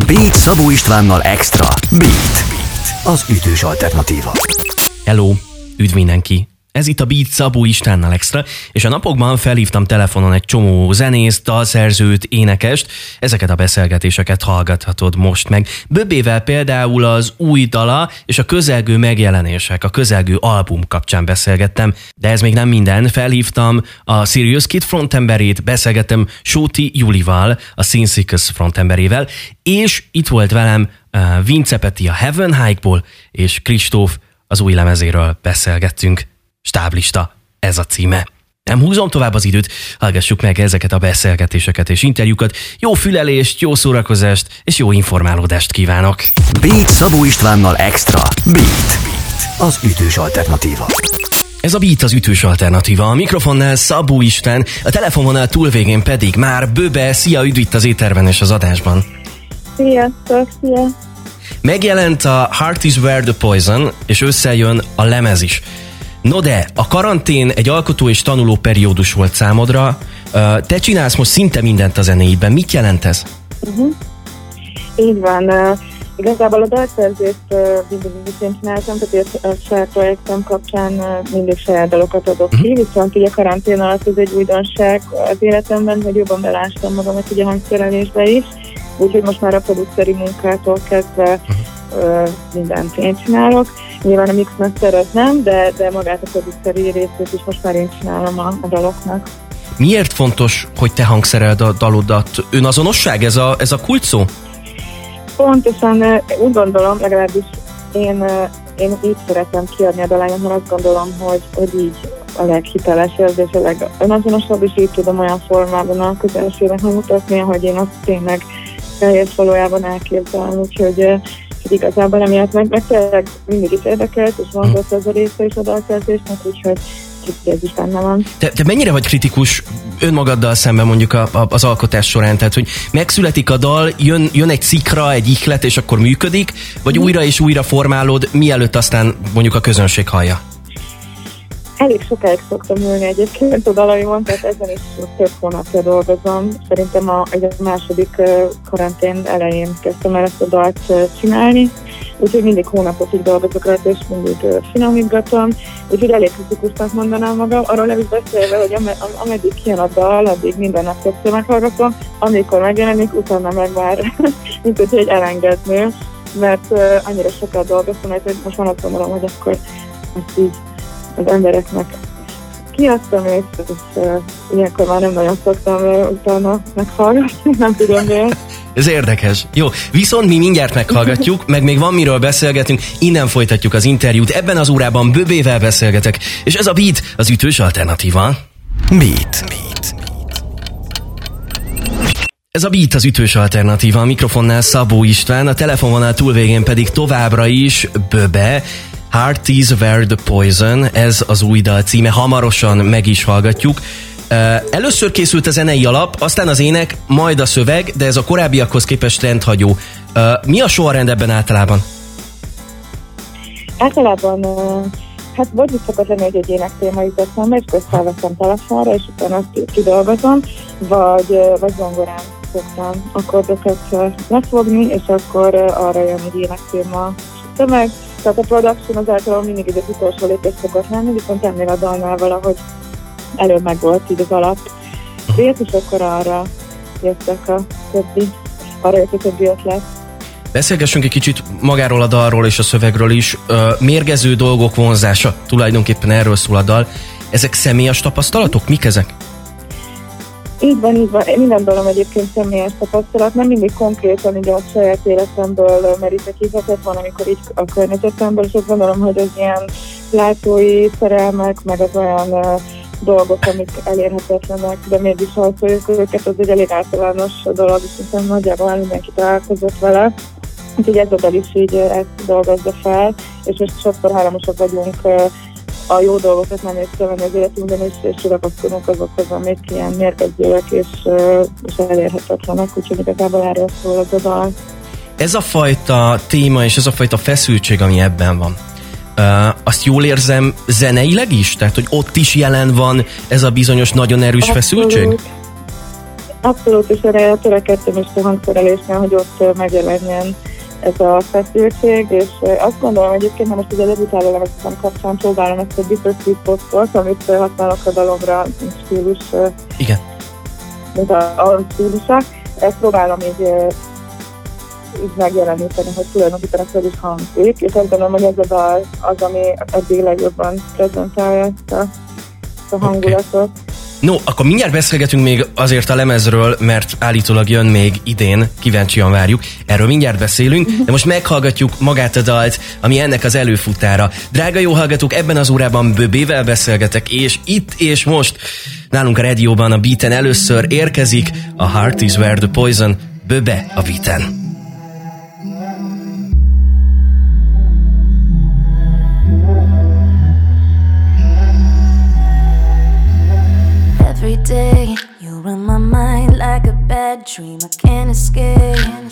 Beat Szabó Istvánnal Extra. Beat, az ütős alternatíva. Hello, üdv mindenki! Ez itt a Beat Szabó Istvánnal Extra, és a napokban felhívtam telefonon egy csomó zenészt, dalszerzőt, énekest. Ezeket a beszélgetéseket hallgathatod most meg. Böbbével például az új dala és a közelgő megjelenések, a közelgő album kapcsán beszélgettem, de ez még nem minden. Felhívtam a Serious Kid frontemberét, beszélgettem Sóti Julival, a Sinseekers frontemberével, és itt volt velem Vince Peti a Heaven Hike-ból, és Kristóf az új lemezéről beszélgettünk. Stáblista, ez a címe. Nem húzom tovább az időt, hallgassuk meg ezeket a beszélgetéseket és interjúkat. Jó fülelést, jó szórakozást és jó informálódást kívánok. Beat Szabó Istvánnal Extra. Beat, az ütős alternatíva. Ez a Beat az ütős alternatíva. A mikrofonnál Szabó István, a telefonvonal túlvégén pedig már Böbe. Szia, üdv itt az éterben és az adásban. Sziasztok, szia! Megjelent a Heart is Where the Poison, és összejön a lemez is. No de, a karantén egy alkotó és tanuló periódus volt számodra. Te csinálsz most szinte mindent a zenéidben. Mit jelent ez? Így van. Igazából a dalszerzést mindig én csináltam, tehát a saját projektem kapcsán mindig saját dalokat adok ki, viszont ugye a karantén alatt ez egy újdonság az életemben, hogy jobban belástam magamat ugye a hangszerelésbe is, úgyhogy most már a produceri munkától kezdve mindent én csinálok. Nyilván a mixmaster az nem, de magát a produceri részét is most már én csinálom a daloknak. Miért fontos, hogy te hangszereld a dalodat? Önazonosság, ez a kulcs szó? Pontosan úgy gondolom, legalábbis én így szeretem kiadni a dalaimat, mert azt gondolom, hogy így a leghitelesebb és a legönazonosabb, és így tudom olyan formában a közönségnek megmutatni, hogy én azt tényleg teljes valójában elképzelem, úgyhogy igazából emiatt meg tényleg mindig is érdekelt, és vonzott ez a része is a dalszerzésnek, úgyhogy ez is benne van. Te mennyire vagy kritikus önmagaddal szemben mondjuk az alkotás során? Tehát, hogy megszületik a dal, jön egy szikra, egy ihlet, és akkor működik, vagy újra és újra formálod, mielőtt aztán mondjuk a közönség hallja? Elég sokáig szoktam ülni egyébként a dalaimon, tehát ezen is több hónapja dolgozom. Szerintem a második karantén elején kezdtem el ezt a dalt csinálni, úgyhogy mindig hónapokig dolgozok rajta, és mindig finomítgatom, úgyhogy elég kritikusnak mondanám magam. Arról nem is beszélve, hogy ameddig kijön a dal, addig minden nap többször meghallgatom, amikor megjelenik, utána meg már mint hogy egy elengednő, mert annyira sokat dolgoztam, hogy most van azt gondolom, hogy akkor ezt így az embereknek kiadtam, és ilyenkor már nem nagyon szoktam utána meghallgatni, nem tudom miért. Ez érdekes. Jó, viszont mi mindjárt meghallgatjuk, meg még van miről beszélgetünk, innen folytatjuk az interjút. Ebben az órában Böbével beszélgetek, és ez a Beat az ütős alternatíva. Beat. Ez a Beat az ütős alternatíva, a mikrofonnál Szabó István, a telefonvonal túlvégén pedig továbbra is Böbe. Heart is Where the Poison, ez az új dal címe, hamarosan meg is hallgatjuk. Először készült a zenei alap, aztán az ének, majd a szöveg, de ez a korábbiakhoz képest rendhagyó. Mi a sorrend ebben általában? Általában, hát vagy szokott lenni, hogy egy énektéma jut eszembe, és akkor felveszem telefonra, és utána azt kidolgozom, vagy zongorán szoktam akkordokat lefogni, és akkor arra jön egy énektéma szöveg. Tehát a production az általában mindig egy utolsó lépés szokott lenni, viszont ennél a dalnál valahogy előbb meg volt így az alap és akkor arra jött a többi ötlet. Beszélgessünk egy kicsit magáról a dalról és a szövegről is. Mérgező dolgok vonzása, tulajdonképpen erről szól a dal. Ezek személyes tapasztalatok? Mik ezek? Így van. Minden dalom egyébként személyes tapasztalat. Nem mindig konkrétan így a saját életemből merítek ízetet, van, amikor így a környezetemből, és azt gondolom, hogy az ilyen látói szerelmek, meg az olyan dolgok, amik elérhetetlenek, de mégis hallszoljuk őket, az egy elég általános dolog, és szerintem nagyjából mindenki találkozott vele. Úgyhogy ez a dal is így ezt dolgozza fel, és most sokszor hálamosak vagyunk a jó dolgokat nem észrevenni az életünkben, és ragaszkodunk azokhoz, amik ilyen mérgezőek és elérhetetlenek, úgyhogy igazából erről szól az a dal. Ez a fajta téma és ez a fajta feszültség, ami ebben van, azt jól érzem zeneileg is? Tehát, hogy ott is jelen van ez a bizonyos nagyon erős feszültség? Abszolút, és erre törekedtem is a hangszerelésnél, hogy ott megjelenjen ez a feszültség, és azt gondolom egyébként, hogy most ugye a debütáló lemezem kapcsán próbálom ezt a Bittersweet Post-ot, amit használok a dalomra, mint stílus, igen, mint a stílusa, ezt próbálom így megjeleníteni, hogy tulajdonképpen ez is hangzik, és azt gondolom, hogy ez a dal az, ami eddig legjobban prezentálja ezt a hangulatot. Okay. No, akkor mindjárt beszélgetünk még azért a lemezről, mert állítólag jön még idén, kíváncsian várjuk, erről mindjárt beszélünk, de most meghallgatjuk magát a dalt, ami ennek az előfutára. Drága jó hallgatók, ebben az órában Böbével beszélgetek, és itt és most nálunk a rádióban a Beaten először érkezik a Heart is Where the Poison, Böbe a Beaten. Every day, you're in my mind like a bad dream. I can't escape.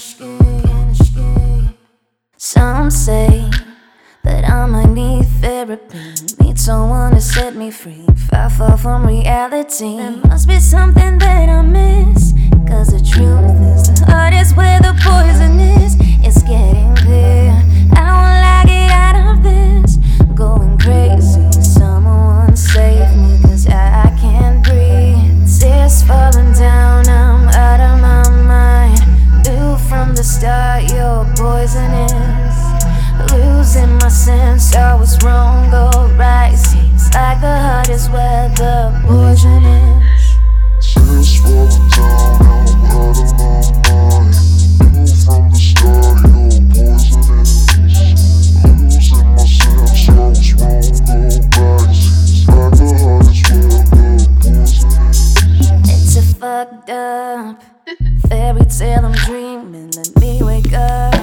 Some say that I might need therapy, need someone to set me free, far from reality. There must be something that I miss, 'cause the truth is the heart is where the poison is. It's getting clear, I won't like it out of this, going crazy. Someone save me, 'cause I can't breathe. Tears falling down, I'm out of my mind. Knew from the start you're poisonous. Losing my sense, I was wrong, all right. Seems like the heart is where the poison is. Tears falling down, I'm out of my mind. Knew from the start you're poisonous. Losing my sense, I was wrong, all right. Seems like the heart is where the poison is. It's a fucked up fairy tale I'm dreaming. Let me wake up,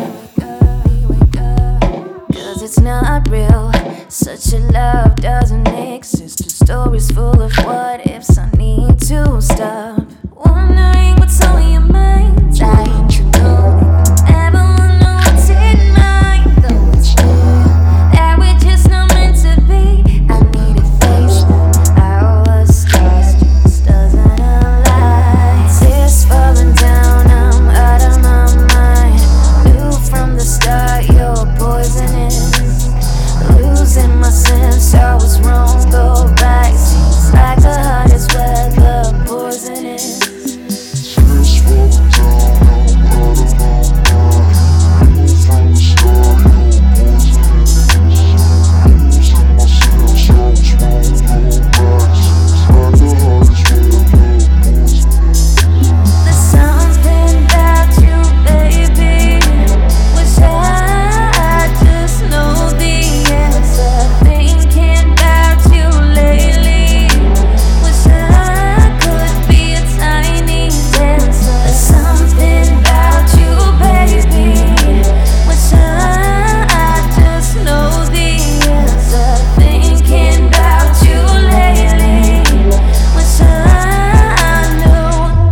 'cause it's not real. Such a love doesn't exist. The story's full of what ifs. I need to stop wondering what's on your mind. Dying to know. Never wonder what's in mine. Though it's clear that we're just not meant to be. I need a face that I was lost, just doesn't align. Tears falling down, I'm out of my mind. Knew from the start you're poisonous. Losing my sense, I was wrong, go right. Seems like the heart is where the poison is. Tears falling down, I'm out of my mind. Knew from the start you're poisonous. Losing my sense, I was wrong, go right. Seems like the heart is where the poison is. The sun's been about you, baby. Wish I just know the answer. Thinking about you lately. Wish I could be a tiny dancer. There's something about you, baby. Wish I just know the answer. Thinking about you lately. Wish I knew.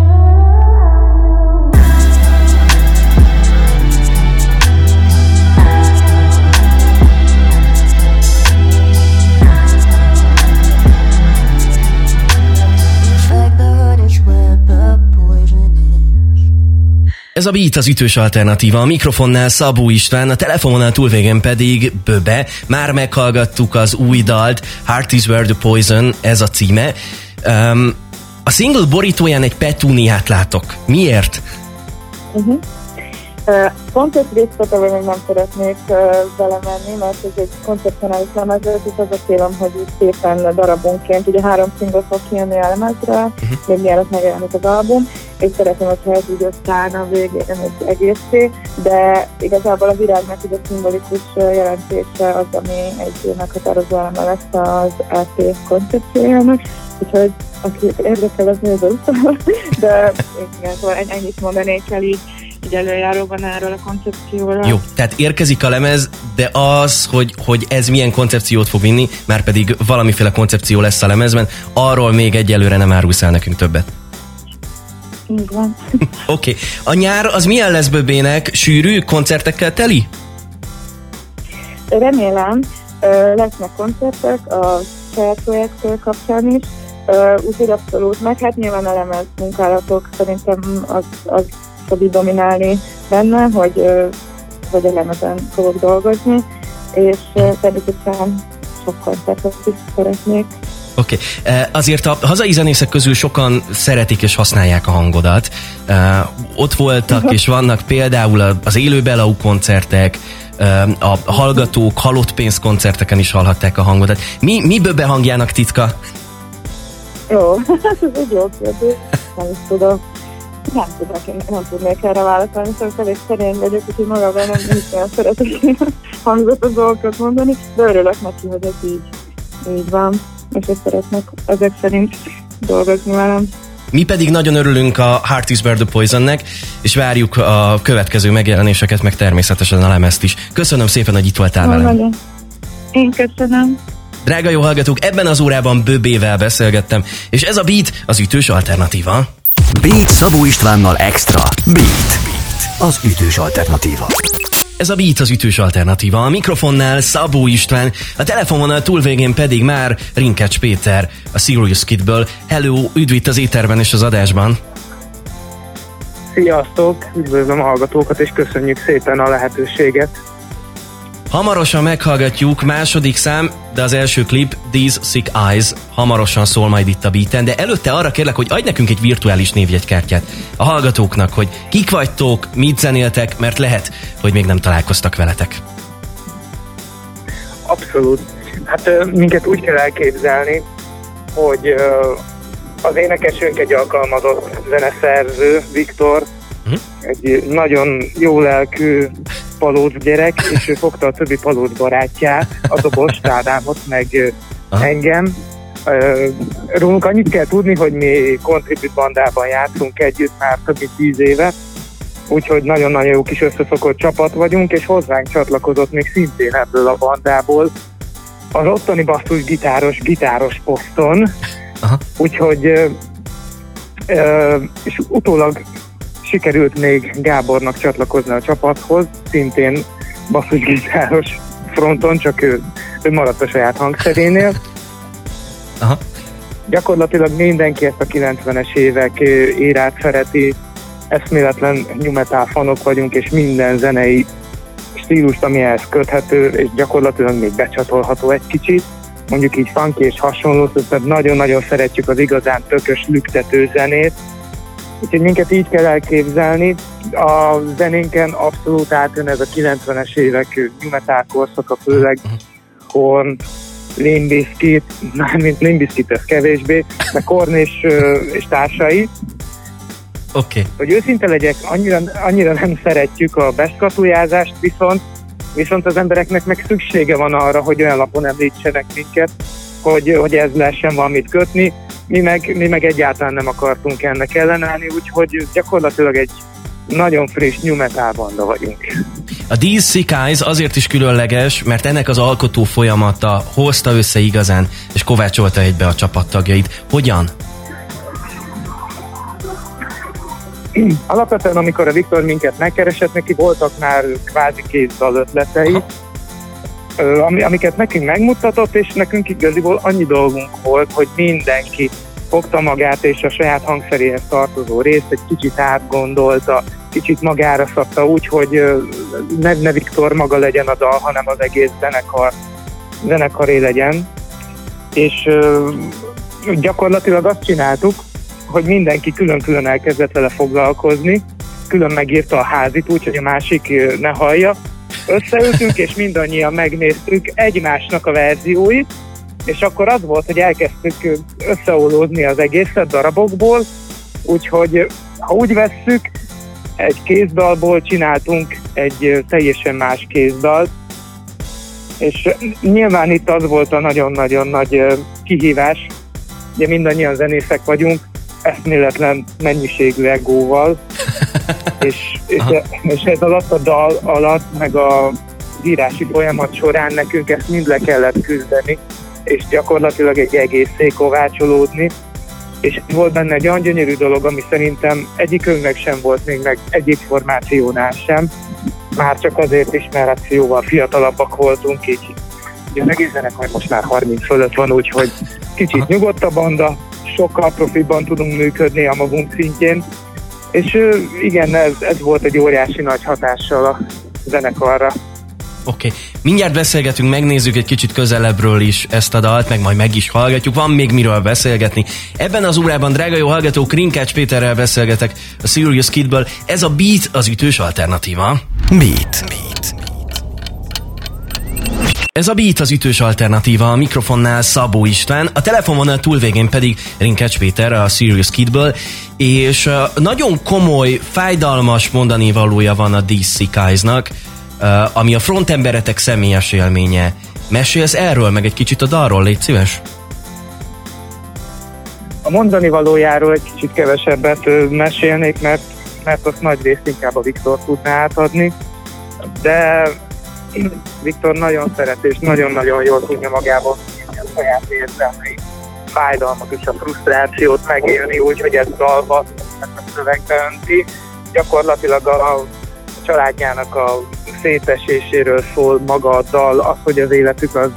Like the heart is where the poison is. Ez a Beat az ütős alternatíva, a mikrofonnál Szabó István, a telefononál túlvégen pedig Böbe. Már meghallgattuk az új dalt, Heart is Where the Poison, ez a címe. A single borítóján egy petúniát látok. Miért? Pontos részletekben még nem szeretnék belemenni, mert ez egy koncepcionális lemez, és az a célom, hogy így szépen darabonként, ugye 3 single fog kijönni a lemezre, még mielőtt megjelenik az album, és szeretném, hogyha ez így összeállna a végén egy egészé, de igazából a virágnak így a szimbolikus jelentése az, ami egy meghatározó eleme lesz az EP koncepciójának, úgyhogy aki érdekel, az nézze utána, de igen, szóval ennyit mondanék el így előjáróban erről a koncepcióra. Jó, tehát érkezik a lemez, de az, hogy ez milyen koncepciót fog vinni, már pedig valamiféle koncepció lesz a lemezben, arról még egyelőre nem árulsz el nekünk többet. Így van. Oké. A nyár az milyen lesz Böbének? Sűrű, koncertekkel teli? Remélem, lesznek koncertek a saját projekt kapcsán is, Úgyhogy abszolút, meg hát nyilván elemez munkálatok, szerintem az fog így dominálni benne, hogy elemezen fogok dolgozni, és természetesen sok koncertet is szeretnék. Oké. Azért a hazai zenészek közül sokan szeretik és használják a hangodat. Ott voltak és vannak például az élő Belau koncertek, a hallgatók halott pénz koncerteken is hallhatták a hangodat. Mi böbe hangjának titka? Jó, ez egy jó kérdés. Nem is tudom. Nem tudnék erre válaszolni, szóval elég szerény vagyok, úgyhogy magában nem olyan szeretek hangzatos dolgokat mondani, de örülök neki, hogy ez így van, és hogy szeretnek ezek szerint dolgozni velem. Mi pedig nagyon örülünk a Heart is Where the Poisonnek, és várjuk a következő megjelenéseket, meg természetesen a lemezt is. Köszönöm szépen, hogy itt voltál velem. Én köszönöm. Drága jó hallgatók, ebben az órában Böbével beszélgettem, és ez a Beat az ütős alternatíva. Beat Szabó Istvánnal extra. Beat, az ütős alternatíva. Ez a Beat az ütős alternatíva. A mikrofonnál Szabó István, a telefonvonal túlvégén pedig már Rinkács Péter, a Serious Kidből. Hello, üdv itt az éterben és az adásban. Sziasztok, üdvözlöm a hallgatókat, és köszönjük szépen a lehetőséget. Hamarosan meghallgatjuk, második szám, de az első klip, These Sick Eyes, hamarosan szól majd itt a Beaten, de előtte arra kérlek, hogy adj nekünk egy virtuális névjegykártyát a hallgatóknak, hogy kik vagytok, mit zenéltek, mert lehet, hogy még nem találkoztak veletek. Abszolút. Hát minket úgy kell elképzelni, hogy az énekesünk egy alkalmazott zeneszerző, Viktor, egy nagyon jó lelkű palóc gyerek, és ő fogta a többi palóc barátját, a dobos Ádámot, meg engem. Rólunk annyit kell tudni, hogy mi Contribute bandában játszunk együtt már több mint 10 éve, úgyhogy nagyon-nagyon jó kis összeszokott csapat vagyunk, és hozzánk csatlakozott még szintén ebből a bandából az ottani basszus gitáros poszton. Aha. Úgyhogy és utólag sikerült még Gábornak csatlakozni a csapathoz, szintén basszusgitáros fronton, csak ő maradt a saját hangszerénél. Aha. Gyakorlatilag mindenki ezt a 90-es évek érát szereti, eszméletlen new metal fanok vagyunk, és minden zenei stílust, ami ehhez köthető, és gyakorlatilag még becsatolható egy kicsit, mondjuk így funky és hasonló, tehát nagyon-nagyon szeretjük az igazán tökös, lüktető zenét. Úgyhogy minket így kell elképzelni. A zenénken abszolút átjön ez a 90-es évek new metal korszaka, főleg Korn, Limp Bizkit, mármint Limp Bizkit ez kevésbé, de Korn és társai. Oké. Hogy őszinte legyek, annyira nem szeretjük a bestskatujázást, viszont az embereknek meg szüksége van arra, hogy olyan lapon említsenek minket, hogy ez lehessen valamit kötni. Mi meg egyáltalán nem akartunk ennek ellenállni, úgyhogy gyakorlatilag egy nagyon friss new metal banda vagyunk. A These Sick Eyes azért is különleges, mert ennek az alkotó folyamata hozta össze igazán, és kovácsolta egybe a csapattagjait. Hogyan? Alapvetően, amikor a Viktor minket megkeresett, neki voltak már kvázi kézdal ötletei, amiket nekünk megmutatott, és nekünk igaziból annyi dolgunk volt, hogy mindenki fogta magát és a saját hangszeréhez tartozó részt egy kicsit átgondolta, kicsit magára szabta úgy, hogy ne Viktor maga legyen a dal, hanem az egész zenekaré legyen. És gyakorlatilag azt csináltuk, hogy mindenki külön-külön elkezdett vele foglalkozni, külön megírta a házit úgy, hogy a másik ne hallja. Összeültünk, és mindannyian megnéztük egymásnak a verzióit, és akkor az volt, hogy elkezdtük összeolódni az egészet darabokból, úgyhogy ha úgy vesszük, egy kézdalból csináltunk egy teljesen más kézdalt, és nyilván itt az volt a nagyon-nagyon nagy kihívás, ugye mindannyian zenészek vagyunk, eszméletlen mennyiségű egóval, és ez alatt a dal alatt, meg a írási folyamat során nekünk ezt mind le kellett küzdeni, és gyakorlatilag egy egészé kovácsolódni, és volt benne egy olyan gyönyörű dolog, ami szerintem egyikünknek sem volt még meg egyik formációnál sem, már csak azért is, mert jóval fiatalabbak voltunk, így ugye az egész zenekar most már 30 fölött van, úgyhogy kicsit nyugodt a banda, sokkal profibban tudunk működni a magunk szintjén. És igen, ez volt egy óriási nagy hatással a zenekarra. Oké. Mindjárt beszélgetünk, megnézzük egy kicsit közelebbről is ezt a dalt, meg is hallgatjuk, van még miről beszélgetni. Ebben az órában, drága jó hallgatók, Rinkács Péterrel beszélgetek a Serious Kidből. Ez a Beat az ütős alternatíva. Beat. Ez a Beat az ütős alternatíva, a mikrofonnál Szabó István, a telefonvonal túlvégén pedig Rinkács Péter a Serious Kidből, és nagyon komoly, fájdalmas mondani valója van a These Sick Eyes-nak, ami a frontemberetek személyes élménye. Mesélsz erről, meg egy kicsit a dalról, légy szíves? A mondani valójáról egy kicsit kevesebbet mesélnék, mert azt nagy részt inkább a Viktor tudná átadni, de Viktor nagyon szeret és nagyon-nagyon jól tudja magában a saját érzelmeit, fájdalmat és a frusztrációt megélni úgy, hogy ez dalba, a szövegbe önti. Gyakorlatilag a családjának a széteséséről szól maga a dal, az, hogy az életük az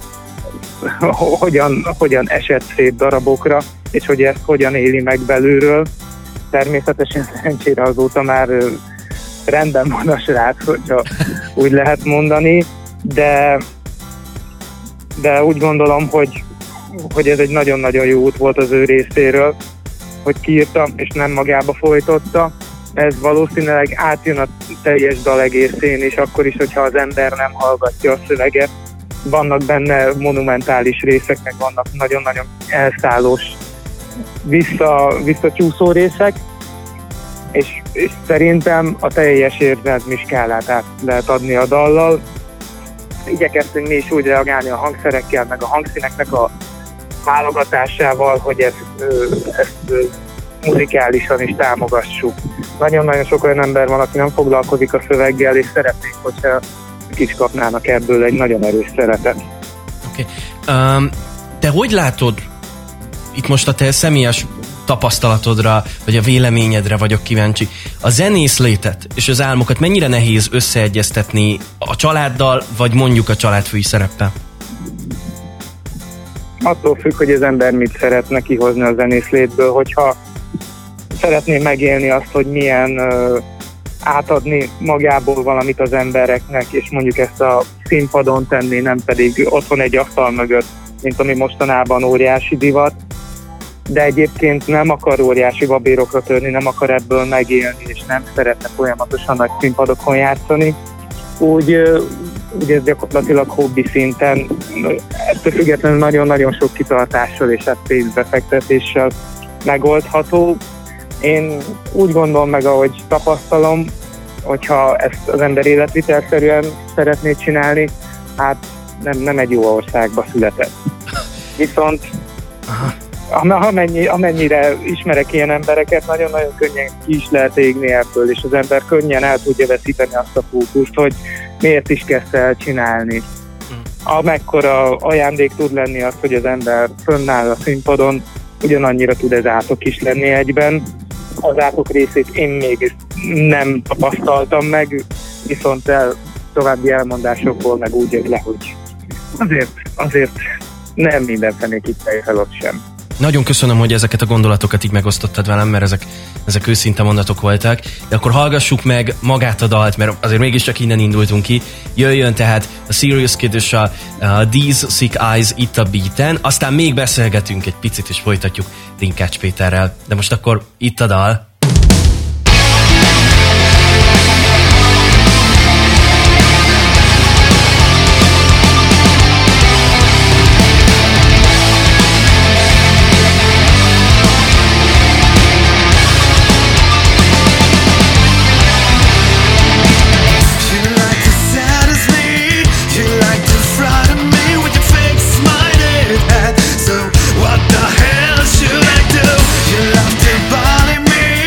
hogyan esett szét darabokra, és hogy ezt hogyan éli meg belülről. Természetesen szerencsére azóta már rendben van a srác, hogyha úgy lehet mondani, de úgy gondolom, hogy ez egy nagyon-nagyon jó út volt az ő részéről, hogy kiírta és nem magába folytotta. Ez valószínűleg átjön a teljes dal egészén, és akkor is, hogyha az ember nem hallgatja a szöveget. Vannak benne monumentális részek, meg vannak nagyon-nagyon elszállós, visszacsúszó részek, és szerintem a teljes érzelmi skálát át lehet adni a dallal. Igyekeztünk mi is úgy reagálni a hangszerekkel, meg a hangszíneknek a válogatásával, hogy ezt muzikálisan is támogassuk. Nagyon-nagyon sok olyan ember van, aki nem foglalkozik a szöveggel, és szeretnék, hogyha kis kapnának ebből egy nagyon erős szeretet. Oké. Te hogy látod, itt most a te személyes tapasztalatodra, vagy a véleményedre vagyok kíváncsi, a zenész létet és az álmokat mennyire nehéz összeegyeztetni a családdal, vagy mondjuk a családfői szereppel? Attól függ, hogy az ember mit szeretne kihozni a zenész létből, hogyha szeretné megélni azt, hogy milyen átadni magából valamit az embereknek, és mondjuk ezt a színpadon tenni, nem pedig otthon egy asztal mögött, mint ami mostanában óriási divat, de egyébként nem akar óriási babérokra törni, nem akar ebből megélni, és nem szeretne folyamatosan nagy színpadokon játszani. Úgy ez gyakorlatilag hobbi szinten, ettől függetlenül nagyon-nagyon sok kitartással és pénzbefektetéssel megoldható. Én úgy gondolom meg, ahogy tapasztalom, hogyha ezt az ember életvitelszerűen szeretné csinálni, hát nem egy jó országba született. Viszont amennyire ismerek ilyen embereket, nagyon-nagyon könnyen ki is lehet égni ebből, és az ember könnyen el tudja veszíteni azt a fókuszt, hogy miért is kezdte el csinálni. Amekkora ajándék tud lenni az, hogy az ember fönnáll a színpadon, ugyanannyira tud ez átok is lenni egyben. Az átok részét én még nem tapasztaltam meg, viszont további elmondásokból meg úgy jött le, hogy azért nem minden fenék itt fel ott sem. Nagyon köszönöm, hogy ezeket a gondolatokat így megosztottad velem, mert ezek őszinte mondatok voltak. De akkor hallgassuk meg magát a dalt, mert azért mégiscsak innen indultunk ki. Jöjjön tehát a Serious Kid és a These Sick Eyes itt a Beaten, aztán még beszélgetünk egy picit és folytatjuk Rinkács Péterrel. De most akkor itt a dal. So what the hell should I do? You love to bother me.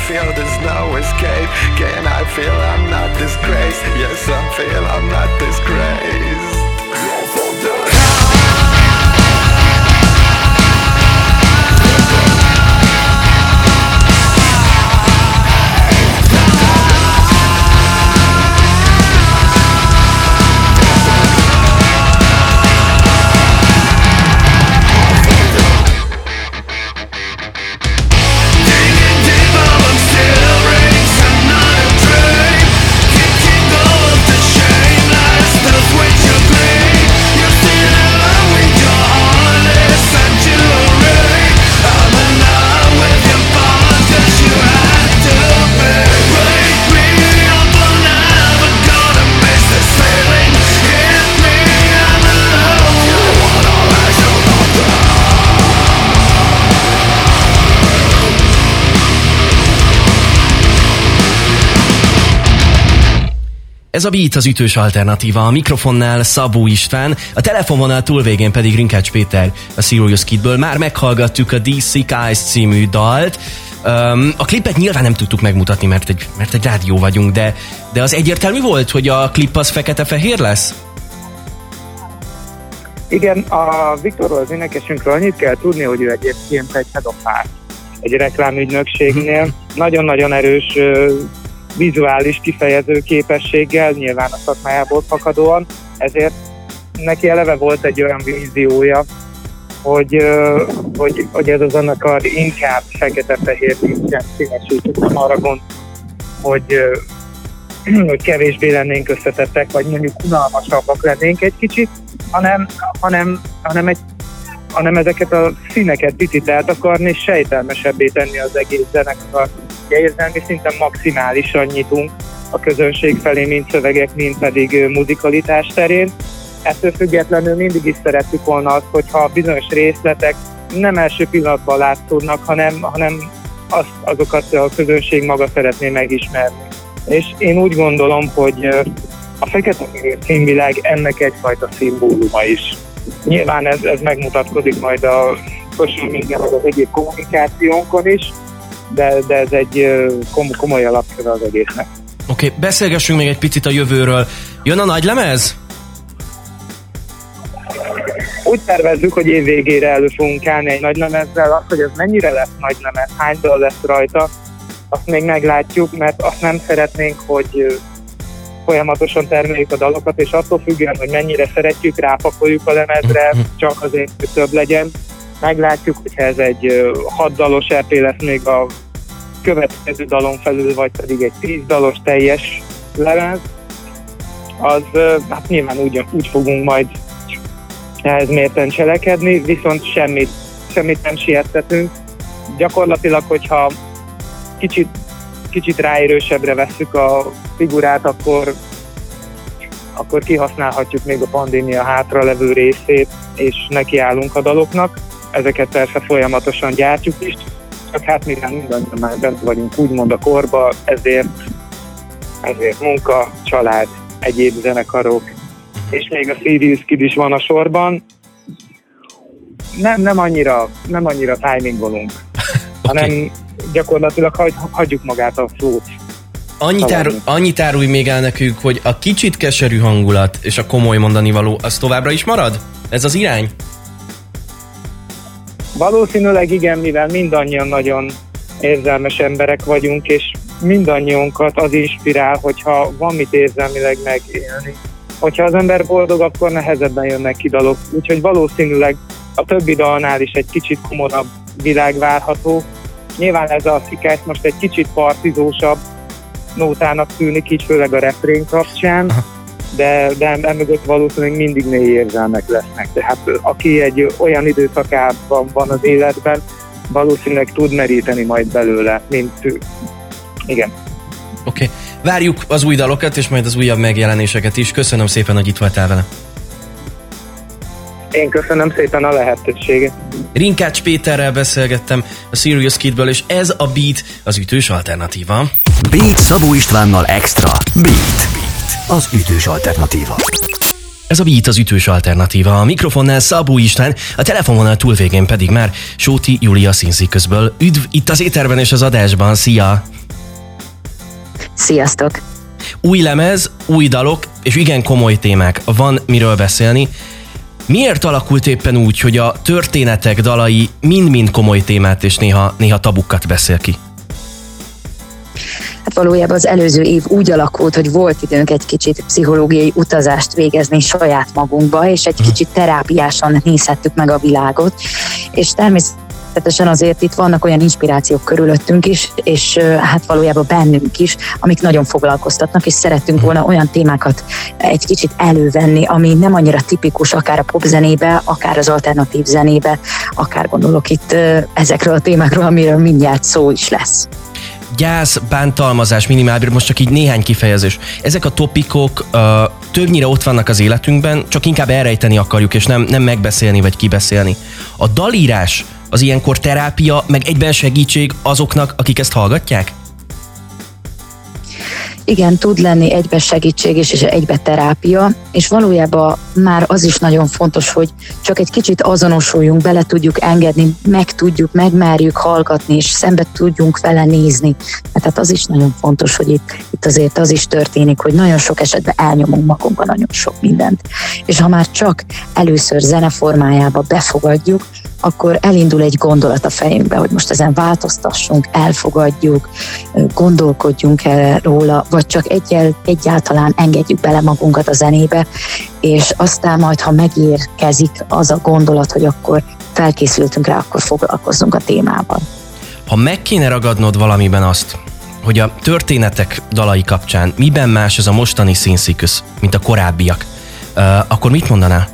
feel there's no escape. Can I feel I'm not disgraced? Yes, I feel I'm not disgraced. Ez a Beat az ütős alternatíva, a mikrofonnál Szabó István, a telefonvonal túlvégén pedig Rinkács Péter a Serious Kidből. Már meghallgattuk a These Sick Eyes című dalt. A klipet nyilván nem tudtuk megmutatni, mert egy rádió vagyunk, de az egyértelmű volt, hogy a klip az fekete-fehér lesz? Igen, a Viktorról, az énekesünkről annyit kell tudni, hogy ő egyébként egy head of art, egy reklámügynökségnél. Nagyon-nagyon erős vizuális kifejező képességgel, nyilván a szakmájából fakadóan, ezért neki eleve volt egy olyan víziója, hogy ez a zenekar inkább fekete-fehér nincsen színesített, nem arra gond, hogy kevésbé lennénk összetettek, vagy mondjuk unalmasabbak lennénk egy kicsit, hanem ezeket a színeket picit eltakarni és sejtelmesebbé tenni az egész zenekar. Érzelmi szinten maximálisan nyitunk a közönség felé, mind szövegek, mind pedig muzikalitás terén. Ettől függetlenül mindig is szerettük volna azt, hogyha bizonyos részletek nem első pillanatban látszódnak, hanem azokat a közönség maga szeretné megismerni. És én úgy gondolom, hogy a fekete-fehér színvilág ennek egyfajta szimbóluma is. Nyilván ez megmutatkozik majd a social media, meg az egyéb kommunikációnkon is, de ez egy komoly alapköve az egésznek. Oké, beszélgessünk még egy picit a jövőről. Jön a nagylemez? Úgy tervezzük, hogy év végére elő fogunk állni egy nagylemezzel. Az, hogy ez mennyire lesz nagylemez, hány dal lesz rajta, azt még meglátjuk, mert azt nem szeretnénk, hogy folyamatosan termeljük a dalokat, és attól függően, hogy mennyire szeretjük, rápakoljuk a lemezre, csak azért, hogy több legyen. Meglátjuk, hogyha ez egy 6 dalos EP lesz még a következő dalon felül, vagy pedig egy 10 dalos teljes lemez, az hát nyilván úgy fogunk majd ehhez mérten cselekedni, viszont semmit nem siettetünk. Gyakorlatilag, hogyha kicsit ráérősebbre vesszük a figurát, akkor kihasználhatjuk még a pandémia hátralevő részét, és nekiállunk a daloknak. Ezeket persze folyamatosan gyártjuk is, csak hát mivel mindannyian már bent vagyunk úgymond a korba, ezért munka, család, egyéb zenekarok, és még a Serious Kid is van a sorban. Nem annyira timingolunk, hanem gyakorlatilag hagyjuk magát a flót. Annyit árulj még el nekünk, hogy a kicsit keserű hangulat és a komoly mondani való, az továbbra is marad? Ez az irány? Valószínűleg igen, mivel mindannyian nagyon érzelmes emberek vagyunk, és mindannyiunkat az inspirál, hogyha van mit érzelmileg megélni. Hogyha az ember boldog, akkor nehezebben jönnek ki dalok. Úgyhogy valószínűleg a többi dalnál is egy kicsit komorabb világ várható. Nyilván ez a Sick most egy kicsit partizósabb nótának tűnik, így főleg a refrén kapcsán, de emögött valószínűleg mindig mély érzelmek lesznek. Tehát aki egy olyan időszakában van az életben, valószínűleg tud meríteni majd belőle, mint ő. Igen. Oké. Várjuk az új dalokat, és majd az újabb megjelenéseket is. Köszönöm szépen, hogy itt voltál vele. Én köszönöm szépen a lehetőséget. Rinkács Péterrel beszélgettem a Serious Kidből, és ez a Beat az ütős alternatíva. Beat Szabó Istvánnal extra. Beat az ütős alternatíva. Ez a Beat az ütős alternatíva. A mikrofonnál Szabó István, a telefonvonal túlvégén pedig már Sóti Júlia színszéközből. Üdv itt az éterben és az adásban. Szia! Sziasztok! Új lemez, új dalok és igen komoly témák. Van miről beszélni. Miért alakult éppen úgy, hogy a történetek, dalai mind-mind komoly témát és néha tabukat beszél ki? Hát valójában az előző év úgy alakult, hogy volt időnk egy kicsit pszichológiai utazást végezni saját magunkba, és egy kicsit terápiásan nézhettük meg a világot, és természetesen azért itt vannak olyan inspirációk körülöttünk is, és hát valójában bennünk is, amik nagyon foglalkoztatnak, és szerettünk volna olyan témákat egy kicsit elővenni, ami nem annyira tipikus, akár a popzenébe, akár az alternatív zenébe, akár gondolok itt ezekről a témákról, amiről mindjárt szó is lesz. Gyász, bántalmazás, minimálbér, most csak így néhány kifejezés. Ezek a topikok többnyire ott vannak az életünkben, csak inkább elrejteni akarjuk, és nem megbeszélni vagy kibeszélni. A dalírás az ilyenkor terápia, meg egyben segítség azoknak, akik ezt hallgatják? Igen, tud lenni egybe segítség és egybe terápia, és valójában már az is nagyon fontos, hogy csak egy kicsit azonosuljunk, bele tudjuk engedni, megmerjük hallgatni, és szembe tudjunk vele nézni. Tehát az is nagyon fontos, hogy itt azért az is történik, hogy nagyon sok esetben elnyomunk magunkban nagyon sok mindent. És ha már csak először zene formájába befogadjuk, akkor elindul egy gondolat a fejünkbe, hogy most ezen változtassunk, elfogadjuk, gondolkodjunk el róla, vagy csak egyáltalán engedjük bele magunkat a zenébe, és aztán majd, ha megérkezik az a gondolat, hogy akkor felkészültünk rá, akkor foglalkozzunk a témával. Ha meg kéne ragadnod valamiben azt, hogy a történetek dalai kapcsán miben más ez a mostani színszíköz, mint a korábbiak, akkor mit mondanál?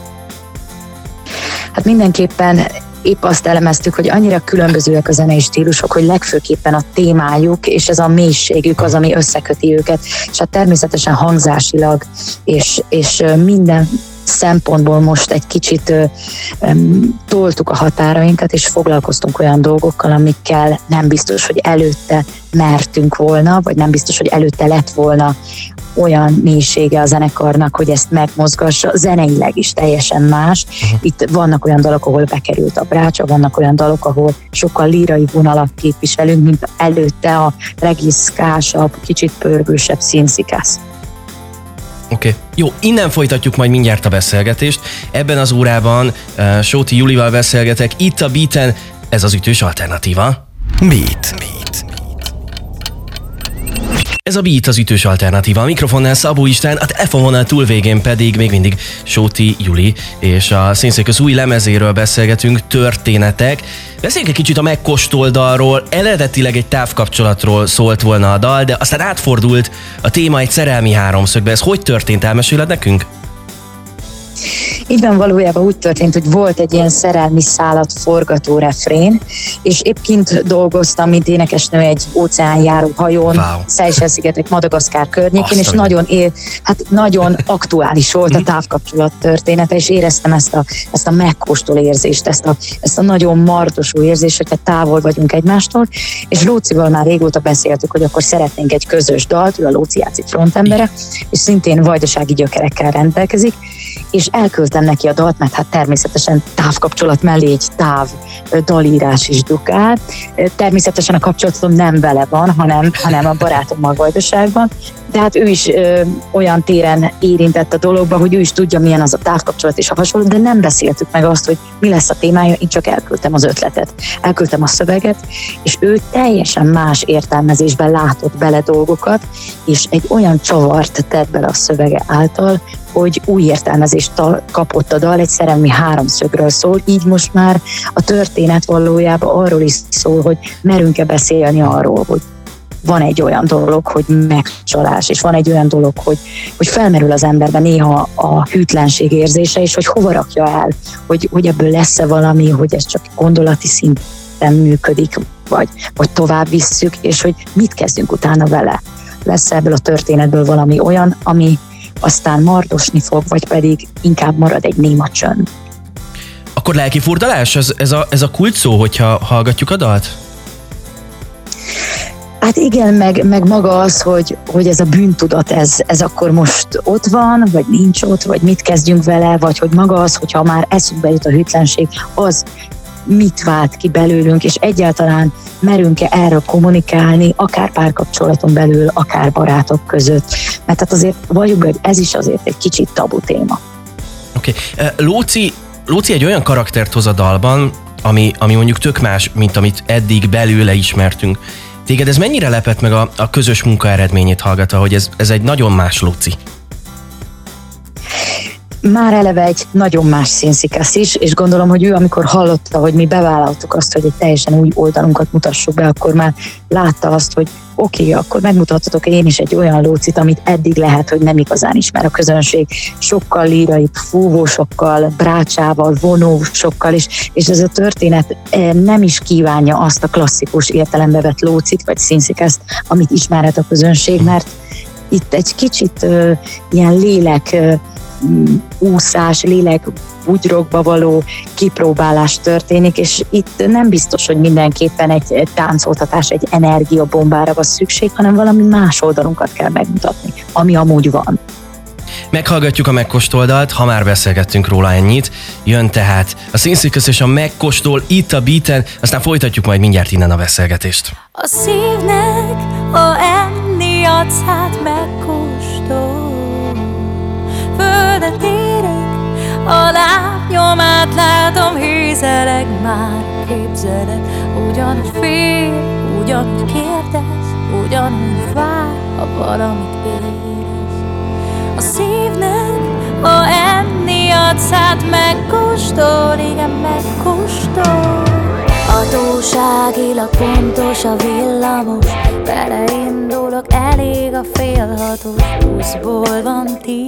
Hát mindenképpen épp azt elemeztük, hogy annyira különbözőek a zenei stílusok, hogy legfőképpen a témájuk és ez a mélységük az, ami összeköti őket, és hát természetesen hangzásilag és minden szempontból most egy kicsit toltuk a határainkat, és foglalkoztunk olyan dolgokkal, amikkel nem biztos, hogy előtte mertünk volna, vagy nem biztos, hogy előtte lett volna olyan mélysége a zenekarnak, hogy ezt megmozgassa, zeneileg is teljesen más. Itt vannak olyan dalok, ahol bekerült a brácsa, vannak olyan dalok, ahol sokkal lírai vonalat képviselünk, mint előtte a regiszkásabb, kicsit pörgősebb színszikász. Oké. Jó, innen folytatjuk majd mindjárt a beszélgetést. Ebben az órában Sóti Julival beszélgetek, itt a Beaten, ez az ütős alternatíva. Beat. Ez a Beat az ütős alternatíva. A mikrofonnál Szabó István, a telefonvonal túlvégén pedig még mindig Sóti Juli, és a színszéköz új lemezéről beszélgetünk, történetek. Beszéljünk egy kicsit a megkóstolt dalról, eredetileg egy távkapcsolatról szólt volna a dal, de aztán átfordult a téma egy szerelmi háromszögbe. Ez hogy történt? Elmeséled nekünk? Így van, valójában úgy történt, hogy volt egy ilyen szerelmi szálat forgató refrén, és épp kint dolgoztam, mint énekesnő egy óceánjáró hajón, Wow. Seychelles-szigetek, Madagaszkár környékén, és nagyon aktuális volt a távkapcsolat története, és éreztem ezt a megkóstoló érzést, ezt a nagyon martosó érzést, hogy távol vagyunk egymástól, és Lócival már régóta beszéltük, hogy akkor szeretnénk egy közös dalt, ő a Lóci Jáci frontembere, és szintén vajdasági gyökerekkel rendelkezik, és elküldtem neki a dalt, mert hát természetesen távkapcsolat mellé egy dalírás is dukál. Természetesen a kapcsolatom nem vele van, hanem a barátommal Vajdaságban, de hát ő is olyan téren érintett a dologba, hogy ő is tudja, milyen az a távkapcsolat és a hasonló, de nem beszéltük meg azt, hogy mi lesz a témája, én csak elküldtem az ötletet, elküldtem a szöveget, és ő teljesen más értelmezésben látott bele dolgokat, és egy olyan csavart tett bele a szövege által, hogy új értelmezést kapott a dal, egy szerelmi háromszögről szól, így most már a történet valójában arról is szól, hogy merünk-e beszélni arról, hogy van egy olyan dolog, hogy megcsalás, és van egy olyan dolog, hogy felmerül az emberben néha a hűtlenség érzése, és hogy hova rakja el, hogy ebből lesz-e valami, hogy ez csak gondolati szinten működik, vagy tovább visszük, és hogy mit kezdünk utána vele. Lesz ebből a történetből valami olyan, ami aztán mardosni fog, vagy pedig inkább marad egy néma csönd. Akkor lelkifurdalás? Ez a kult szó, hogyha hallgatjuk a dalt? Hát igen, meg maga az, hogy ez a bűntudat, ez akkor most ott van, vagy nincs ott, vagy mit kezdjünk vele, vagy hogy maga az, hogyha már eszünkbe jut a hűtlenség, az mit vált ki belőlünk, és egyáltalán merünk-e erről kommunikálni, akár párkapcsolaton belül, akár barátok között. Mert hát azért valljuk be, hogy ez is azért egy kicsit tabu téma. Oké. Lóci egy olyan karaktert hoz a dalban, ami mondjuk tök más, mint amit eddig belőle ismertünk. Téged ez mennyire lepett meg a közös munka eredményét hallgatva, hogy ez egy nagyon más Lóci? Már eleve egy nagyon más színszikasz is, és gondolom, hogy ő, amikor hallotta, hogy mi bevállaltuk azt, hogy egy teljesen új oldalunkat mutassuk be, akkor már látta azt, hogy oké, akkor megmutathatok én is egy olyan Lócit, amit eddig lehet, hogy nem igazán ismer a közönség. Sokkal líraibb, fúvósokkal, brácsával, vonósokkal, és ez a történet nem is kívánja azt a klasszikus értelembe vett Lócit, vagy színszikaszt, amit ismerhet a közönség, mert itt egy kicsit ilyen lélek úszás, lélek bugyrokba való kipróbálás történik, és itt nem biztos, hogy mindenképpen egy táncoltatás, egy energiabombára van szükség, hanem valami más oldalunkat kell megmutatni, ami amúgy van. Meghallgatjuk a megkóstoldalt, ha már beszélgettünk róla ennyit. Jön tehát a színszikasz és a megkóstol itt a Beaten, aztán folytatjuk majd mindjárt innen a beszélgetést. A szívnek, ha enni adsz, hát megkóstol. Földet érek, a lábnyomát látom, hízelek már képzeled. Ugyanúgy fél, ugyanúgy kérdez, ugyanúgy vár, ha valamit érez. A szívnek, ha enni adsz, hát megkóstol, igen, megkóstol. Hatóságilag pontos a villamos, beleindulok, elég a fél hatos, 20-ból van 10,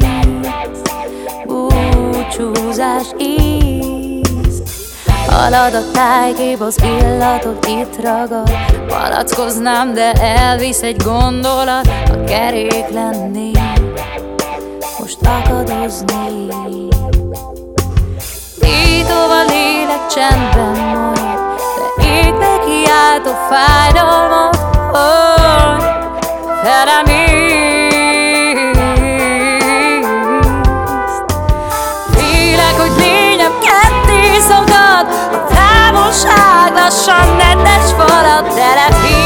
búcsúzás íz. Halad a tájkép, az illatod itt ragad, palackoznám, de elvisz egy gondolat, a kerék lennék, most akadozni. Títov a lélek, csendben marad, de égbe kiáltó fájdalmat, hogy felem ízt. Félek, hogy lényem ketté szakad, a távolság lassan netes falat telepít.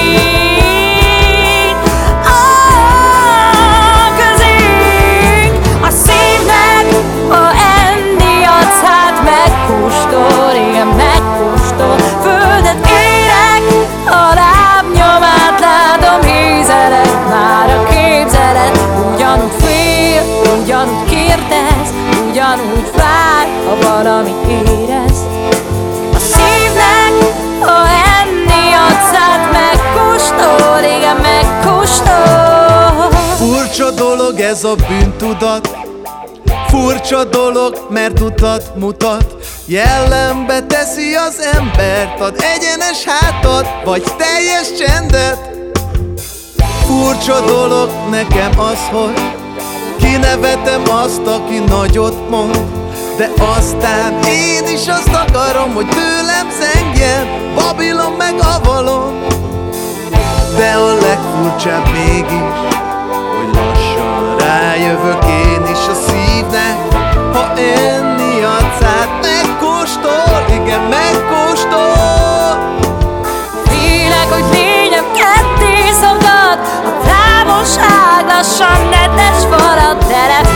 A szívnek, ha enni adsz, hát megkóstol, igen, megkóstol. Földet érek, a lábnyomát látom, hízelek már a képzelet. Ugyanúgy fél, ugyanúgy kérdez, ugyanúgy vár, ha valamit érez. A szívnek, ha enni adsz, hát megkóstol, igen, megkóstol. Furcsa dolog ez a bűntudat, furcsa dolog, mert utat mutat, jellembe teszi az embert, ad egyenes hátat, vagy teljes csendet. Furcsa dolog nekem az, hogy kinevetem azt, aki nagyot mond, de aztán én is azt akarom, hogy tőlem zengjen Babilon meg Avalon. De a legfurcsább mégis, hogy lassan rájövök én is a szívnek, ha enni adsz, hát megkóstol, igen, megkóstol. Félek, hogy lényem ketté szakad, a távolság lassan netes falat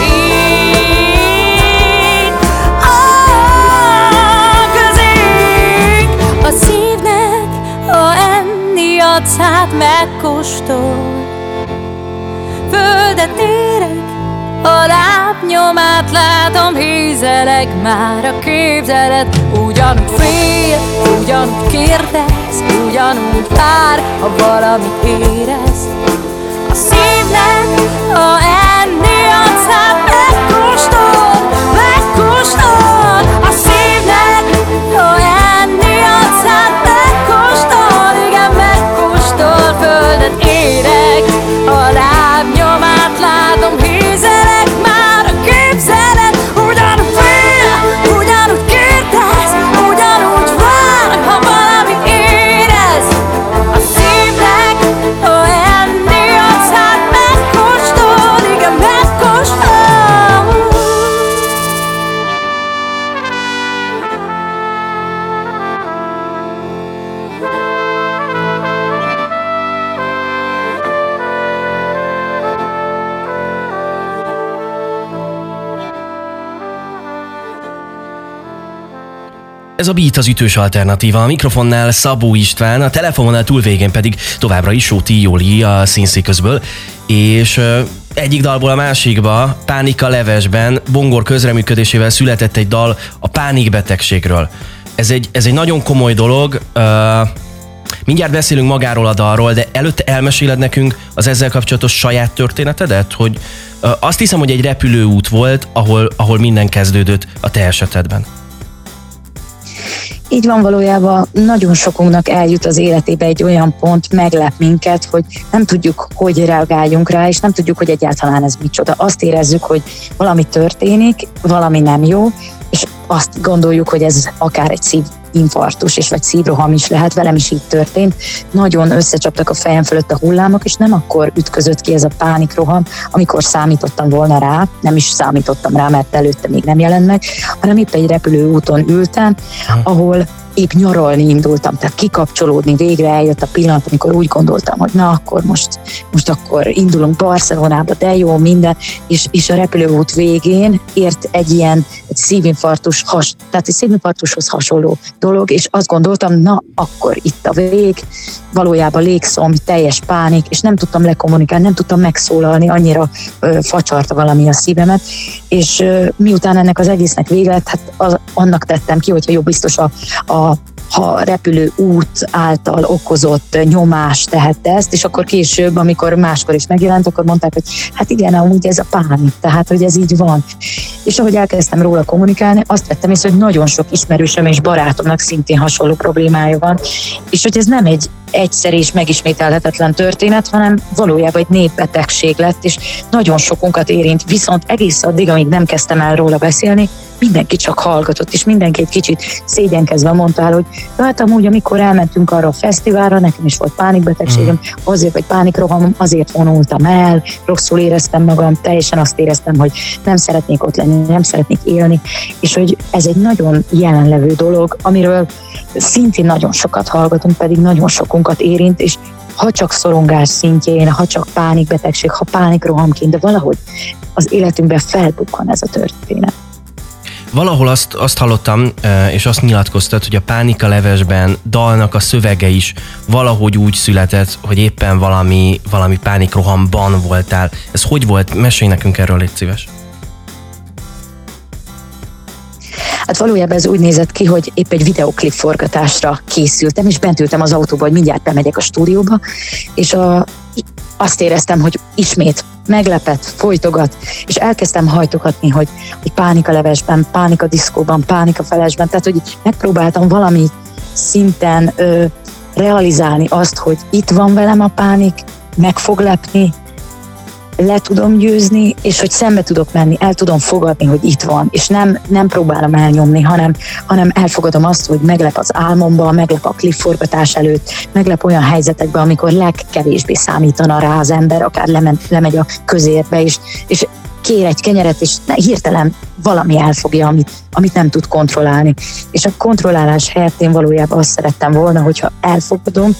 telepít. Közénk a szívnek, ha enni adsz, hát megkóstol. Földet érek, a lábnyomát látom, hízelek már a képzelet. Ugyanúgy fél, ugyanúgy kérdez, ugyanúgy vár, ha valamit érez. A szívnek, ha enni adsz, hát megkóstol, megkóstol. A szívnek, ha enni adsz, hát megkóstol, igen, megkóstol. Földet érek, a lábnyomát látom, hízelek már a képzelet. Ugyanúgy fél, ugyanúgy kérdez, ugyanúgy vár, ha valamit érez. A szívnek, ha Ez a Beat az ütős alternatíva, a mikrofonnál Szabó István, a telefononál túlvégén pedig továbbra is Sóti Jóli a színszéközből, és egyik dalból a másikba, Pánika levesben, Bongor közreműködésével született egy dal a pánikbetegségről. Ez egy nagyon komoly dolog, mindjárt beszélünk magáról a dalról, de előtte elmeséled nekünk az ezzel kapcsolatos saját történetedet, hogy azt hiszem, hogy egy repülőút volt, ahol minden kezdődött a te esetedben. Így van, valójában nagyon sokunknak eljut az életébe egy olyan pont, meglep minket, hogy nem tudjuk, hogy reagáljunk rá, és nem tudjuk, hogy egyáltalán ez micsoda. Azt érezzük, hogy valami történik, valami nem jó, és azt gondoljuk, hogy ez akár egy szívinfarktus és vagy szívroham is lehet, velem is így történt. Nagyon összecsaptak a fejem fölött a hullámok, és nem akkor ütközött ki ez a pánikroham, amikor számítottam volna rá, nem is számítottam rá, mert előtte még nem jelent meg, hanem épp egy repülőúton ültem, ahol épp nyaralni indultam, tehát kikapcsolódni, végre eljött a pillanat, amikor úgy gondoltam, hogy na akkor most akkor indulunk Barcelonába, de jó, minden, és a repülőút végén ért egy szívinfarktus, tehát egy szívinfarktushoz hasonló dolog, és azt gondoltam, na akkor itt a vég, valójában légszomj, teljes pánik, és nem tudtam lekommunikálni, nem tudtam megszólalni, annyira facsarta valami a szívemet, és miután ennek az egésznek vége lett, hát annak tettem ki, hogyha jó biztos ha repülőút által okozott nyomás tehette ezt, és akkor később, amikor máskor is megjelent, akkor mondták, hogy hát igen, amúgy ez a pánik, tehát hogy ez így van. És ahogy elkezdtem róla kommunikálni, azt vettem észre, hogy nagyon sok ismerősöm és barátomnak szintén hasonló problémája van, és hogy ez nem egy egyszer és megismételhetetlen történet, hanem valójában egy népbetegség lett, és nagyon sokunkat érint, viszont egész addig, amíg nem kezdtem el róla beszélni, mindenki csak hallgatott, és mindenki egy kicsit szégyenkezve mondta el, hogy hát amúgy, amikor elmentünk arra a fesztiválra, nekem is volt pánikbetegségem, azért, vagy pánikrohamom, azért vonultam el, rosszul éreztem magam, teljesen azt éreztem, hogy nem szeretnék ott lenni, nem szeretnék élni, és hogy ez egy nagyon jelenlevő dolog, amiről szintén nagyon sokat hallgatunk, pedig nagyon sokunkat érint, és ha csak szorongás szintjén, ha csak pánikbetegség, ha pánikrohamként, de valahogy az életünkben felbukkan ez a történet. Valahol azt hallottam, és azt nyilatkoztat, hogy a Pánika levesben dalnak a szövege is valahogy úgy született, hogy éppen valami pánikrohamban voltál. Ez hogy volt? Mesélj nekünk erről, légy szíves. Hát valójában ez úgy nézett ki, hogy épp egy videoklip forgatásra készültem, és bent ültem az autóba, hogy mindjárt bemegyek a stúdióba, és azt éreztem, hogy ismét meglepett, folytogat, és elkezdtem hajtogatni, hogy pánika levesben, pánika diszkóban, pánika felesben, tehát hogy megpróbáltam valami szinten realizálni azt, hogy itt van velem a pánik, meg fog lepni, le tudom győzni, és hogy szembe tudok menni, el tudom fogadni, hogy itt van, és nem próbálom elnyomni, hanem elfogadom azt, hogy meglep az álmomban, meglep a klipforgatás előtt, meglep olyan helyzetekben, amikor legkevésbé számítana rá az ember, akár lemegy a közérbe, és kér egy kenyeret, és és valami elfogja, amit nem tud kontrollálni. És a kontrollálás helyett én valójában azt szerettem volna, hogyha elfogadom,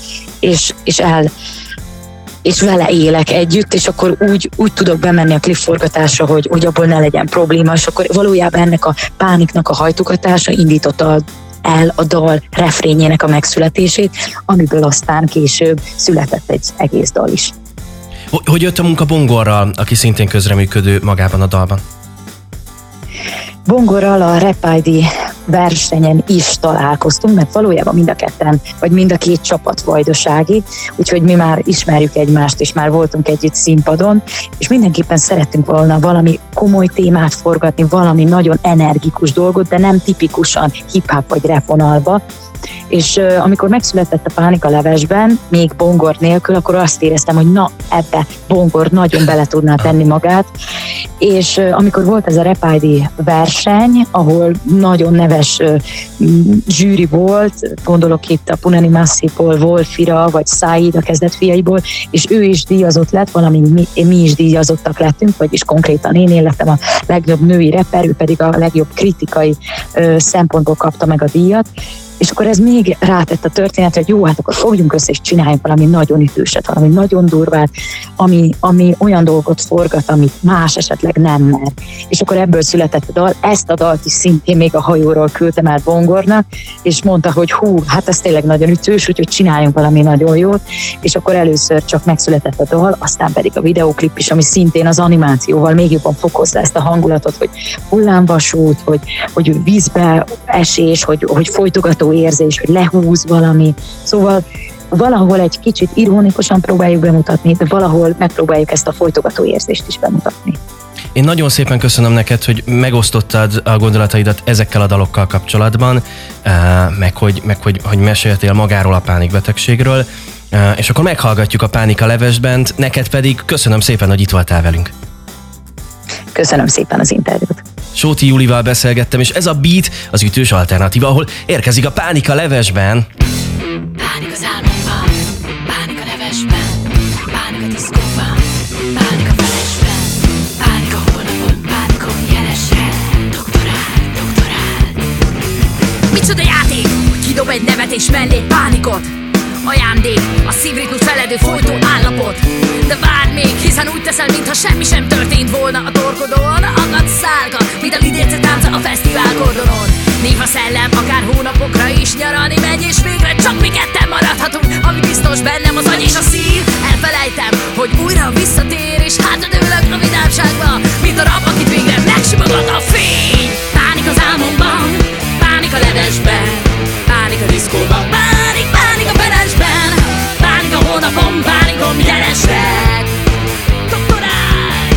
és vele élek együtt, és akkor úgy tudok bemenni a klipforgatásra, hogy abból ne legyen probléma, és akkor valójában ennek a pániknak a hajtogatása indította el a dal refrényének a megszületését, amiből aztán később született egy egész dal is. Hogy jött a munka Bongorral, aki szintén közreműködő magában a dalban? Bongorral a Rap ID versenyen is találkoztunk, mert valójában mind a ketten, vagy mind a két csapat vajdasági, úgyhogy mi már ismerjük egymást, és már voltunk együtt színpadon, és mindenképpen szerettünk volna valami komoly témát forgatni, valami nagyon energikus dolgot, de nem tipikusan hip-hop vagy rap vonalba. És amikor megszületett a Pánika levesben, még Bongor nélkül, akkor azt éreztem, hogy na, ebbe Bongor nagyon bele tudná tenni magát, és amikor volt ez a Rap ID verseny, ahol nagyon neves zsűri volt, gondolok itt a Punani Massziból, Wolfira, vagy Said a kezdet fiaiból, és ő is díjazott lett, valami mi is díjazottak lettünk, vagyis konkrétan én lettem a legjobb női rapper, ő pedig a legjobb kritikai szempontból kapta meg a díjat, És akkor ez még rátett a történetre, hogy jó, hát akkor fogjunk össze és csináljunk valami nagyon ütőset, valami nagyon durvát, ami olyan dolgot forgat, amit más esetleg nem mer. És akkor ebből született a dal. Ezt a dalt is szintén még a hajóról küldtem el Bongornak, és mondta, hogy hú, hát ez tényleg nagyon ütős, úgyhogy csináljunk valami nagyon jót. És akkor először csak megszületett a dal, aztán pedig a videóklip is, ami szintén az animációval még jobban fokozza ezt a hangulatot, hogy hullámvasút, hogy vízbe esés, hogy folytogató érzés, hogy lehúz valami. Szóval valahol egy kicsit ironikusan próbáljuk bemutatni, de valahol megpróbáljuk ezt a folytogató érzést is bemutatni. Én nagyon szépen köszönöm neked, hogy megosztottad a gondolataidat ezekkel a dalokkal kapcsolatban, meg hogy meséltél magáról a pánikbetegségről, és akkor meghallgatjuk a Pánika Leves Band, neked pedig köszönöm szépen, hogy itt voltál velünk. Köszönöm szépen az interjút. Sóti Julival beszélgettem, és ez a Beat az ütős alternatíva, ahol érkezik a Pánika Levesben. Pánik az álmomban, pánik a levesben, pánik a diszkóban, pánik a felesben, pánik a holnapon, pánikom jelesen. Doktorál. Micsoda játék, hogy kidob egy nevetés mellé pánikot. Ajándék, a szívritmus feledő folytó állapot. De várj még, hiszen úgy teszel, mintha semmi sem történt volna a torkodon. Agad szálka, mint a lidérce tánca a fesztivál kordonon. Néha szellem, akár hónapokra is nyaralni megy, és végre csak mi ketten maradhatunk. Ami biztos bennem az agy és a szív. Elfelejtem, hogy újra visszatér, és hátradőlök a vidámságba, mint a rab, akit végre megsimogat a fény. Pánik az álmomban, pánik a levesben, pánik a diszkóban, pánik a felesben, pánik a hónapon, pánikom jelesek. Doktorál!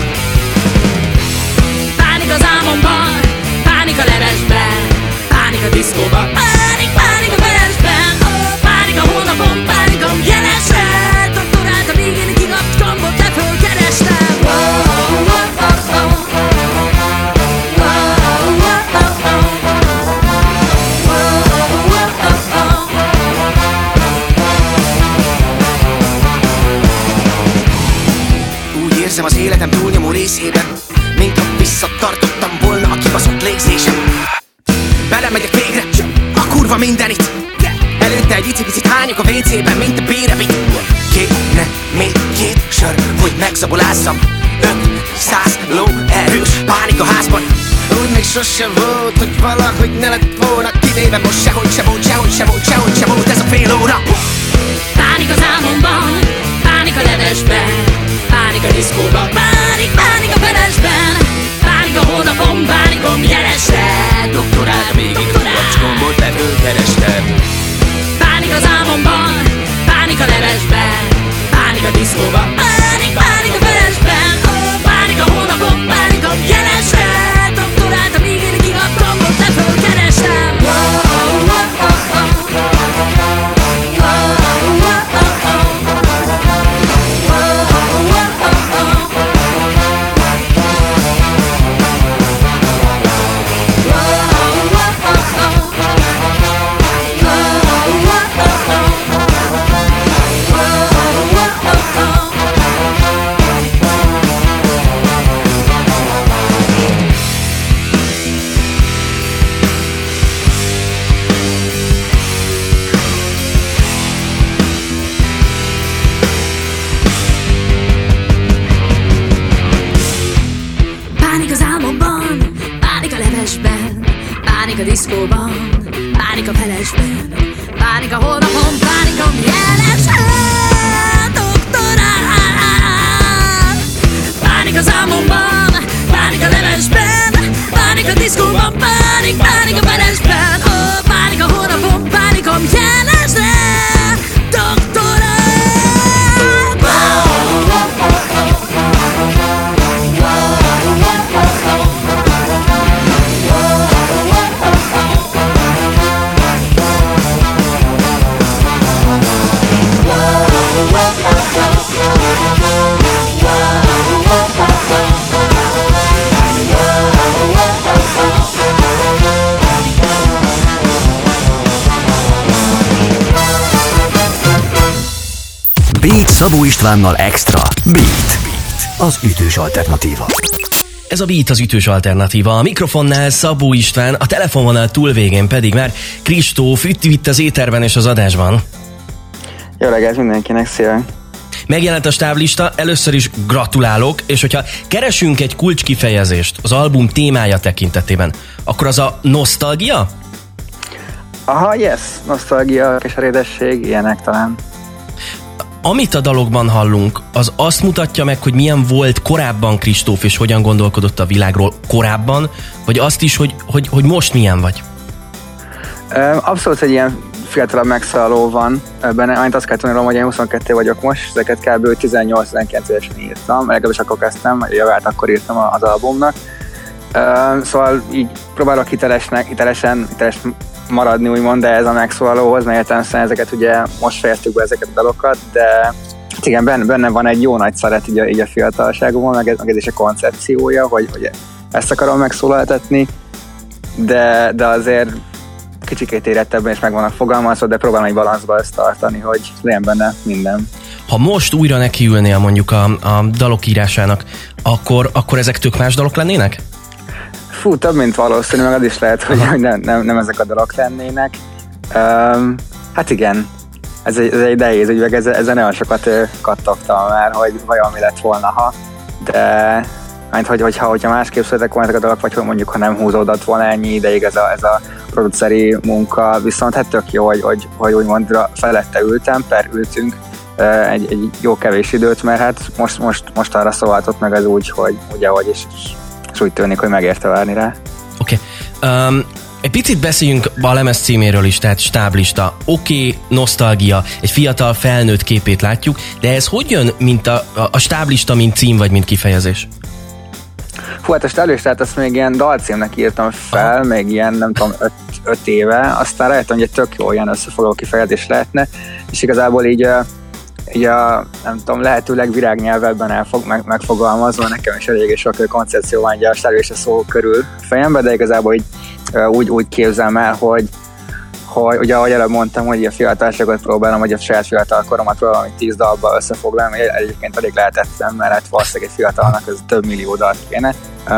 Pánik az álmomban, pánik a levesben, pánik a diszkóban, pánik a felesben, pánik a hónapon, pánikom jelesek. Doktorált a végén kigapt gombot, le fölkerestem. Érzem az életem túlnyomó részében, mint ha visszatartottam volna a kibaszott légzésem. Belemegyek végre, a kurva mindenit. Előtte egy icipicit hányok a WC-ben, mint a bérevit. Kéne még 2 sör, hogy megszabolázzam. 500 lóerős pánik a házban. Úgy még sose volt, hogy valahogy ne lett volna, kivéve most sehogy se volt ez a fél óra. Pánik az álmomban, pánik a levesben, pánik a diszkóban, pánik a felesben, pánik a hónapon, pánikom jelesek. Doktorált végig, kapcs gombot, le fölkerestem. Pánik az álmomban, pánik a levesben, pánik a diszkóban, pánik a felesben, pánik a hónapon, pánikom jelesek. Doktorált a végén kigapt gombot, le fölkerestem. Pánik a diszkóban, pánik a felesben, pánik a holnapon, pánikom jelesen. Doktorál! Pánik az álmomban, pánik a levesben, pánik a diszkóban, pánik a felesben, pánik a hónapon, pánikom jelesen. Doktorál! Beat Szabó Istvánnal extra. Beat, az ütős alternatíva. Ez a Beat az ütős alternatíva. A mikrofonnál Szabó István, a telefonvonal túlvégén pedig már Kristóf itt az éterben és az adásban. Jó reggelt mindenkinek, szia! Megjelent a stáblista, először is gratulálok, és hogyha keresünk egy kulcskifejezést az album témája tekintetében, akkor az a nosztalgia? Aha, yes, nosztalgia, keserédesség, ilyenek talán. Amit a dalokban hallunk, az azt mutatja meg, hogy milyen volt korábban Kristóf, és hogyan gondolkodott a világról korábban, vagy azt is, hogy most milyen vagy? Abszolút egy ilyen fiatalabb megszálló van benne, amit azt kell tudni, hogy én 22 vagyok most, ezeket kb. 18-19 évesen írtam, legalábbis akkor kezdtem, javát akkor írtam az albumnak. Szóval így próbálok hiteles maradni, úgymond, de ez a megszólalóhoz, mert értelemszerűen ezeket ugye most fejeztük be ezeket a dalokat, de hát igen, benne van egy jó nagy szeret így a fiatalságomban, meg ez is a koncepciója, hogy ezt akarom megszólaltatni, de azért kicsikét érettebben is meg vannak fogalmazva, de próbálom egy balanszba ezt tartani, hogy legyen benne minden. Ha most újra nekiülnél mondjuk a dalok írásának, akkor ezek tök más dalok lennének? Fú, több mint valószínű, meg az is lehet, hogy nem ezek a dalok lennének. Hát igen, ez egy nehéz ügyveg, ezzel nagyon sokat kattogtam már, hogy vajon mi lett volna, ha. De hogyha másképp születek volna ezek a dalok, vagy hogy mondjuk, ha nem húzódott volna ennyi ideig ez a produceri munka, viszont hát tök jó, hogy úgymond felette ültünk egy jó kevés időt, mert hát most arra szólhatott meg az úgy, hogy ugye ahogy és úgy tűnik, hogy megérte várni rá. Oké. Egy picit beszéljünk a lemez címéről is, tehát stáblista. Oké, nosztalgia, egy fiatal felnőtt képét látjuk, de ez hogy jön, mint a stáblista, mint cím, vagy mint kifejezés? Hú, hát a stáblistát azt még ilyen dalcímnek írtam fel, még ilyen, nem tudom, 5 éve, aztán rájöttem, hogy egy tök jó ilyen összefoglaló kifejezés lehetne, és igazából így a nem tudom, lehetőleg virágnyelvben megfogalmazva, nekem is elég sok koncepció van a stáblista szó körül fejemben, de igazából így úgy képzelem el, hogy ugye ahogy előbb mondtam, hogy a fiatalságot próbálom, vagy a saját fiatal koromat próbálom 10 dalba összefoglalni, egyébként elég lehetetlen, mert hát valószínűleg egy fiatalnak ez több millió dalt kéne.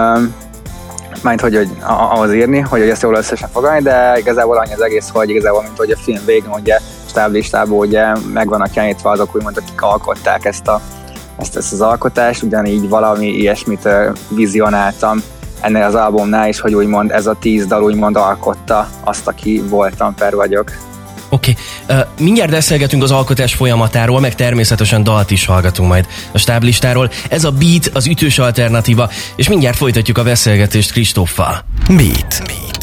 Majd hogy ahhoz írni, hogy ezt jól összesen foglalni, de igazából annyi az egész, hogy igazából, mint hogy a film végén ugye stáblistában ugye meg vannak jelenítve azok, úgymond, akik alkották ezt az alkotást, ugyanígy valami ilyesmit vizionáltam ennél az albumnál is, hogy úgymond ez a 10 dal úgymond alkotta azt, aki voltam, vagyok. Oké. Mindjárt beszélgetünk az alkotás folyamatáról, meg természetesen dalt is hallgatunk majd a stáblistáról. Ez a Beat, az ütős alternatíva, és mindjárt folytatjuk a beszélgetést Kristóffal. Beat.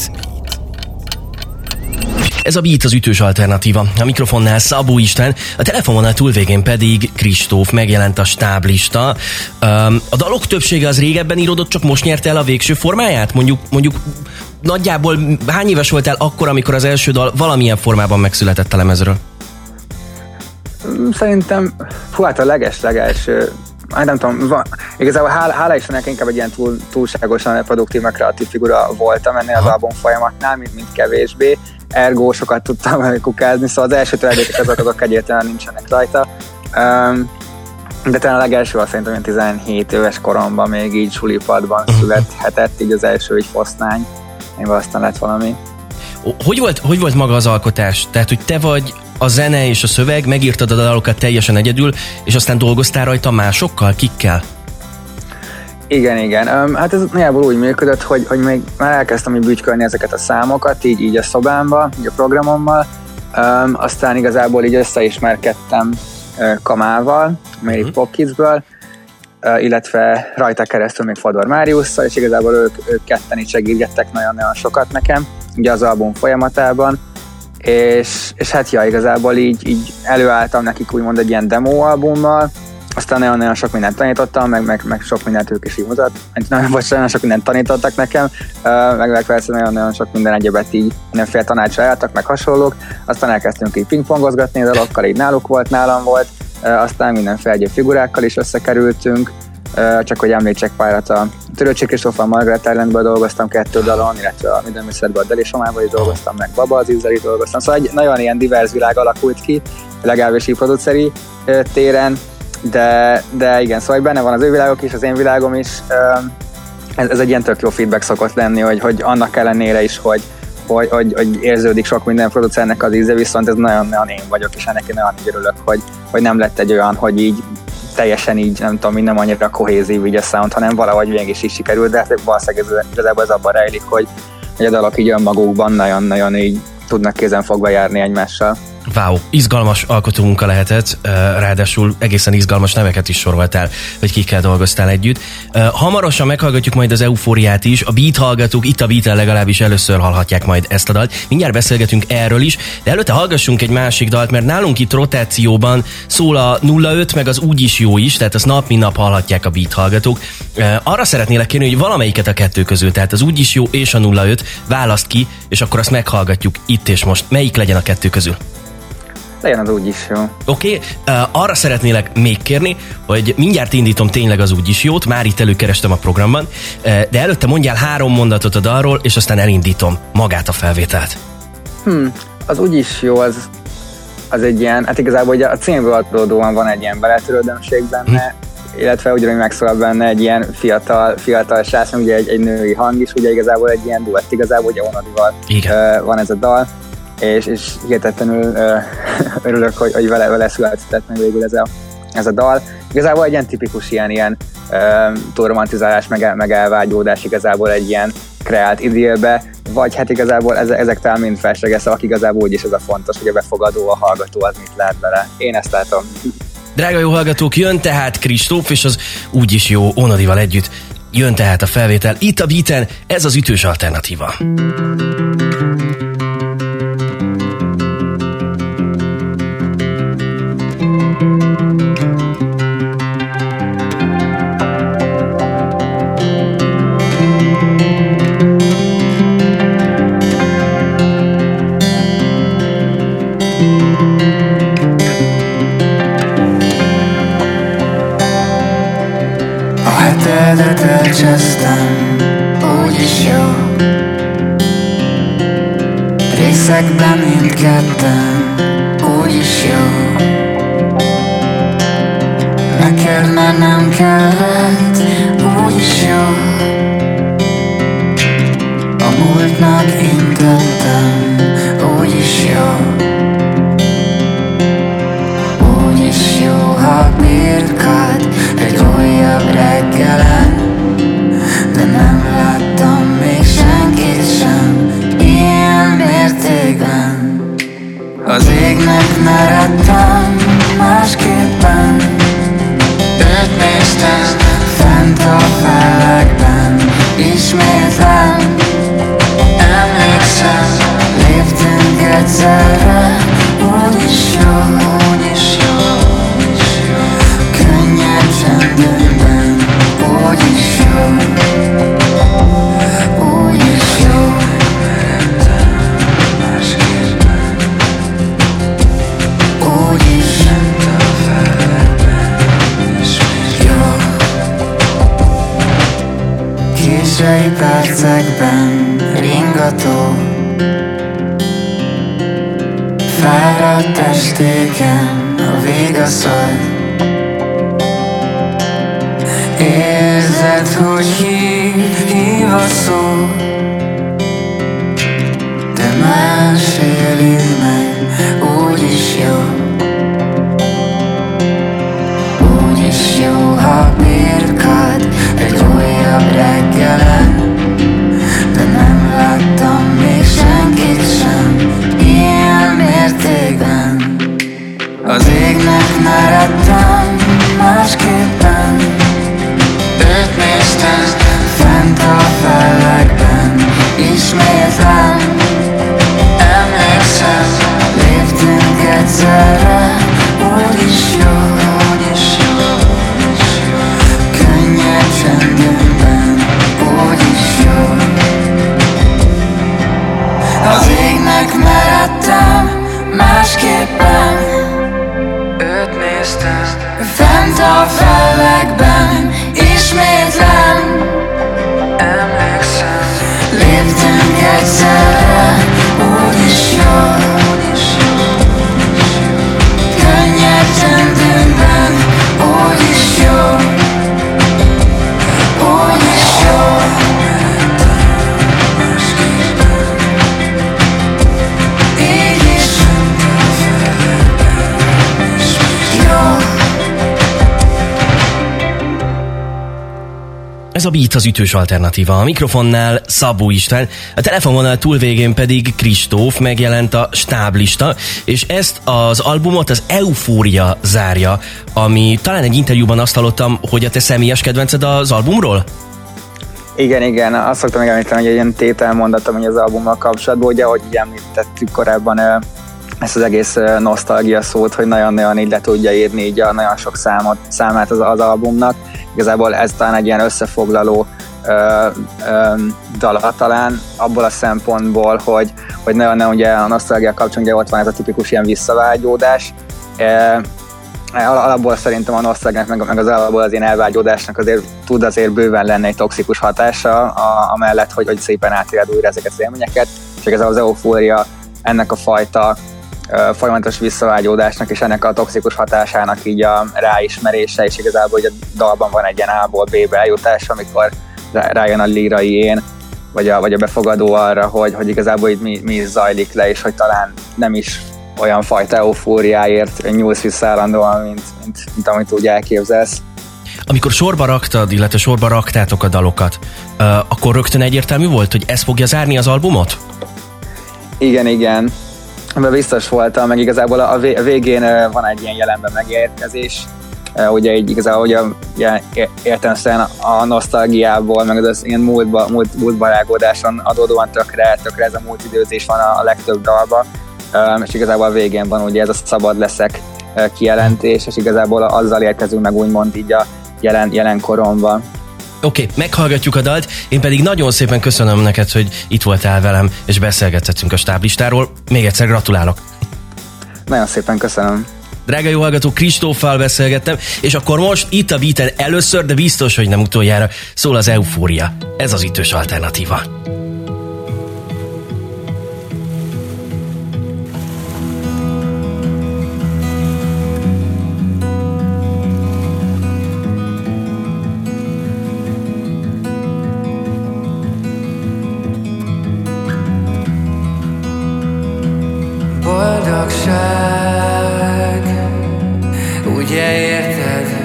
Ez a Beat az ütős alternatíva. A mikrofonnál Szabó István, a telefonvonal túlvégén pedig Kristóf. Megjelent a stáblista. A dalok többsége az régebben íródott, csak most nyerte el a végső formáját? Mondjuk nagyjából hány éves voltál akkor, amikor az első dal valamilyen formában megszületett a lemezről? Szerintem, hát a leges-legelső, nem tudom, igazából hála Istennek inkább egy ilyen túlságosan produktív, meg kreatív figura voltam ennél az album folyamatnál, mint kevésbé. Ergo sokat tudtam kukázni, szóval az első töredékek azok egyértelműen nincsenek rajta. De talán a legelső az szerintem 17 éves koromban még így sulipadban születhetett, így az első így fosznány, aztán lett valami. Hogy volt maga az alkotás? Tehát, hogy te vagy a zene és a szöveg, megírtad a dalokat teljesen egyedül, és aztán dolgoztál rajta másokkal, kikkel? Igen. Hát ez nagyjából úgy működött, hogy még már elkezdtem így bütykölni ezeket a számokat, így a szobámba, így a programommal, aztán igazából így összeismerkedtem Kamával, Mary Pop Kidsből, illetve rajta keresztül még Fodor Máriusszal, és igazából ők ketten így segítgettek nagyon-nagyon sokat nekem, ugye az album folyamatában, és hát igazából így előálltam nekik úgymond egy ilyen demo albummal, aztán nagyon-nagyon sok mindent tanítottam, meg sok mindent ők is így nagyon sok mindent tanítottak nekem, meg persze nagyon-nagyon sok minden egyebet így mindenféle tanácsra álltak, meg hasonlók, aztán elkezdtünk így pingpongozgatni dalokkal, így náluk volt, nálam volt, aztán mindenféle egyéb figurákkal is összekerültünk, csak hogy említsek párat, a Törőcsik Kristóffal, Margaret Islandből dolgoztam 2 dalon, illetve a Minden Műszerből a Deli Somával is dolgoztam, meg Baba Azizzel is dolgoztam, szóval egy nagyon ilyen divers világ alakult ki, legalábbis így produceri téren, de igen, szóval benne van az ő világok is, az én világom is, ez egy ilyen tök jó feedback szokott lenni, hogy annak ellenére is, hogy érződik sok minden producernek az íze, viszont ez nagyon-nagyon én vagyok, és ennek én nagyon örülök, hogy nem lett egy olyan, hogy így teljesen így, nem tudom, nem annyira kohézív így a sound, hanem valahogy mégis is sikerült, de hát valószínűleg igazából ez abban rejlik, hogy a dalok így önmagukban nagyon-nagyon így tudnak kézenfogva járni egymással. Wow, izgalmas alkotómunka lehetett, ráadásul egészen izgalmas neveket is soroltál, hogy kikkel dolgoztál együtt. Hamarosan meghallgatjuk majd az Eufóriát is, a Beat hallgatók itt a Beaten legalábbis először hallhatják majd ezt a dalt. Mindjárt beszélgetünk erről is, de előtte hallgassunk egy másik dalt, mert nálunk itt rotációban szól a 05 meg az Úgyis jó is, tehát azt nap mint nap hallhatják a Beat hallgatók. Arra szeretnélek kérni, hogy valamelyiket a kettő közül, tehát az Úgyis jó és a 05 választ ki, és akkor azt meghallgatjuk itt és most. Melyik legyen a kettő közül? Legyen az Úgyis jó. Oké, arra szeretnélek még kérni, hogy mindjárt indítom tényleg az Úgyis jót, már itt előkerestem a programban, de előtte mondjál 3 mondatot a dalról, és aztán elindítom magát a felvételt. Az Úgyis jó, az egy ilyen, hát igazából ugye a címből adódóan van egy ilyen beletörődömség benne, illetve ugyanúgy megszólal benne egy ilyen fiatal srác, ugye egy női hang is, ugye igazából egy ilyen duett, igazából ugye Onodival van ez a dal, és hihetetlenül örülök, hogy vele született meg végül ez a dal. Igazából egy ilyen tipikus ilyen túlromantizálás, meg elvágyódás igazából egy ilyen kreált idillbe, vagy hát igazából ezek talán mind felségeszek, igazából úgyis ez a fontos, hogy a befogadó, a hallgató az mit lát bele. Én ezt látom. Drága jó hallgatók, jön tehát Kristóf, és az Úgyis jó Onodival együtt. Jön tehát a felvétel itt a Beaten, ez az ütős alternatíva. Elcsesztem, úgyis jó. Részekben mindketten, úgyis jó. Neked már nem kellett, úgyis jó. A múltnak intettem, úgyis jó. Úgyis jó, ha birkad egy újabb reggelen, de nem láttam még senkit sem ilyen mértékben. Az égnek meredtem másképpen, őt néztem fent a felekben. Ismétlem, emlékszem, léptünk egyszerre. Úgyis jó, úgyis jó, úgyis jó. Könnyed csendünkben, úgyis jó. Úgyis jó. Úgyis jó. Késői percekben ringató, fáradt estéken a végaszod. Érzed, hogy hív a szó, de más éli meg, úgyis jó. Úgyis jó, ha birkad egy újabb reggelen, de nem láttam még senkit sem ilyen mértékben. Az égnek meredtem másképpen, őt néztem fent a felekben. Ismétlem, emlékszem, léptünk egyszerre. Úgyis jó, úgyis jó, úgyis jó. Könnyed csendünkben, úgyis jó. Az égnek meredtem másképpen, őt néztem fent a felekben. Ismétlem, emlékszem, léptünk egyszerre. Úgyis jó, úgyis jó, úgyis jó. Könnyed csendünkben, úgyis jó, úgyis jó. Ez a Beat, az ütős alternatíva. A mikrofonnál Szabó István, a telefonvonal túlvégén pedig Kristóf, megjelent a stáblista, és ezt az albumot az Eufória zárja, ami talán egy interjúban azt hallottam, hogy a te személyes kedvenced az albumról? Igen, azt szoktam megemlíteni, hogy egy ilyen tételmondatom hogy az albummal kapcsolatban, ugye, ahogy említettük korábban, ezt az egész nosztalgia szót, hogy nagyon-nagyon így le tudja írni így a nagyon sok számát az albumnak. Igazából ez talán egy ilyen összefoglaló dala talán, abból a szempontból, hogy nagyon ugye a nosztalgia kapcsolatban ugye ott van ez a tipikus ilyen visszavágyódás. Alapból szerintem a nosztalgiának meg az alapból az ilyen elvágyódásnak azért tud azért bőven lenni egy toxikus hatása, amellett, hogy szépen átéled újra ezeket az élményeket, és igazából az eufória ennek a fajta folyamatos visszavágyódásnak és ennek a toxikus hatásának így a ráismerése, és igazából hogy a dalban van egy ilyen A-ból B-be eljutás, amikor rájön a lírai én, vagy a befogadó arra, hogy igazából itt mi is zajlik le, és hogy talán nem is olyan fajta eufóriáért nyúlsz vissza állandóan, mint amit úgy elképzelsz. Amikor sorba raktad, illetve sorba raktátok a dalokat, akkor rögtön egyértelmű volt, hogy ez fogja zárni az albumot? Igen. Ebben biztos voltam, meg igazából a végén van egy ilyen jelenben megérkezés. Ugye így igazából értelemszerűen a nosztalgiából, meg az ilyen múltba rágódáson adódóan tökre ez a múltidőzés van a legtöbb dalban. És igazából a végén van ugye ez a szabad leszek kijelentés, és igazából azzal érkezünk meg úgymond így a jelen koromban. Oké, meghallgatjuk a dalt, én pedig nagyon szépen köszönöm neked, hogy itt voltál velem, és beszélgethettünk a stáblistáról. Még egyszer gratulálok. Nagyon szépen köszönöm. Drága jó hallgató, Kristóffal beszélgettem, és akkor most itt a Beaten először, de biztos, hogy nem utoljára szól az Eufória. Ez az ütős alternatíva. Boldogság, ugye érted?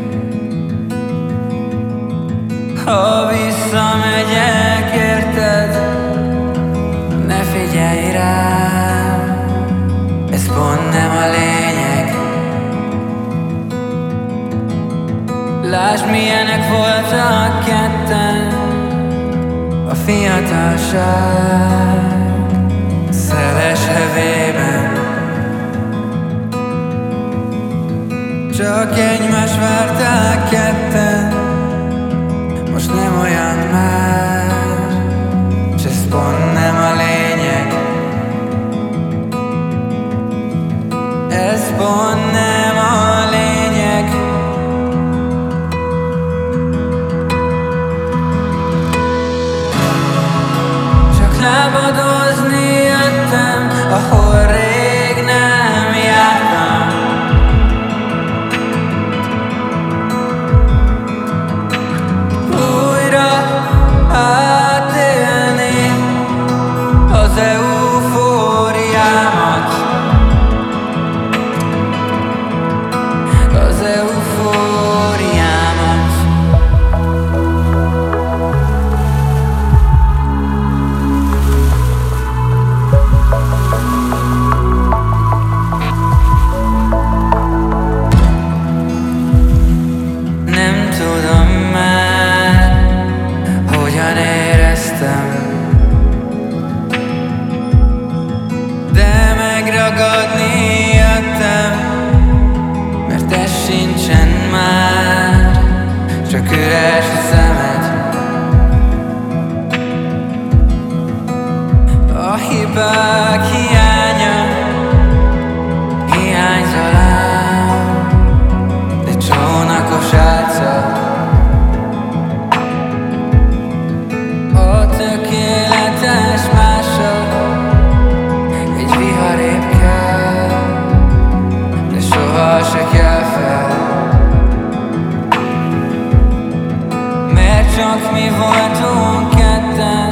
Ha visszamegyek, érted? Ne figyelj rám, ez pont nem a lényeg. Lásd, milyenek voltak ketten, a fiatalság szeles hevében. Csak egymást várták ketten, most nem olyan már, s ez pont nem a lényeg. Ez pont nem a lényeg. Csak lábadozni jöttem, ahol rég nem jártam. Újra átélni az eufóriámat. Az eufóriámat. Nem tudom már, hogyan éreztem, de megragadni jöttem, mert ez sincsen már, csak üres a szemed. A hibák hiánya hiányzol ám, de csónakos álca. A tökéletes mása egy vihar épp kell, de soha se kell fel. Mert csak mi voltunk ketten.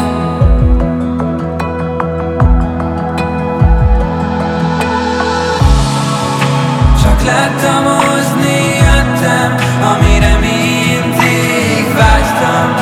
Csak láttamozni jöttem, amire mindig vágytam.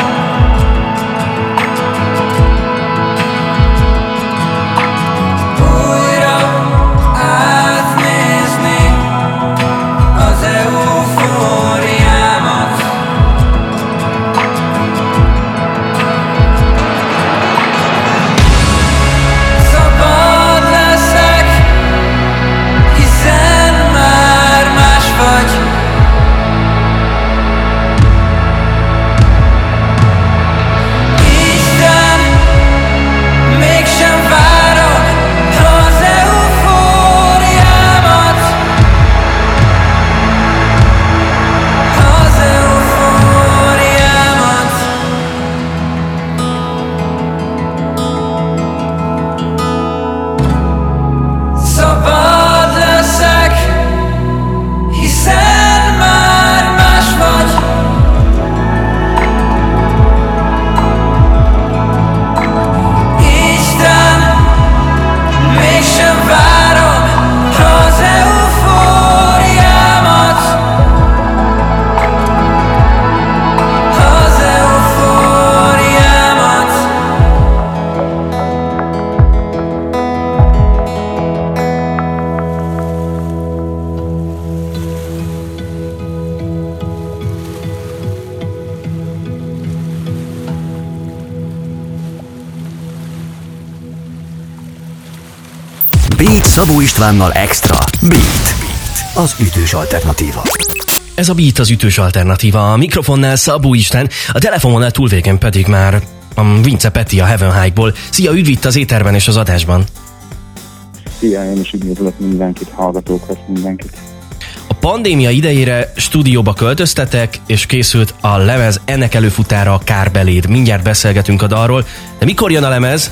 Beat Szabó Istvánnal Extra. Beat, az ütős alternatíva. Ez a Beat az ütős alternatíva. A mikrofonnál Szabó István, a telefononál túlvégen pedig már a Vince Peti a Heaven High-ból. Szia, üdv itt az éterben és az adásban. Szia, én is üdvözlök mindenkit, hallgatókat, mindenkit. A pandémia idejére stúdióba költöztetek, és készült a lemez, ennek előfutára a Kár beléd. Mindjárt beszélgetünk a dalról, de mikor jön a lemez?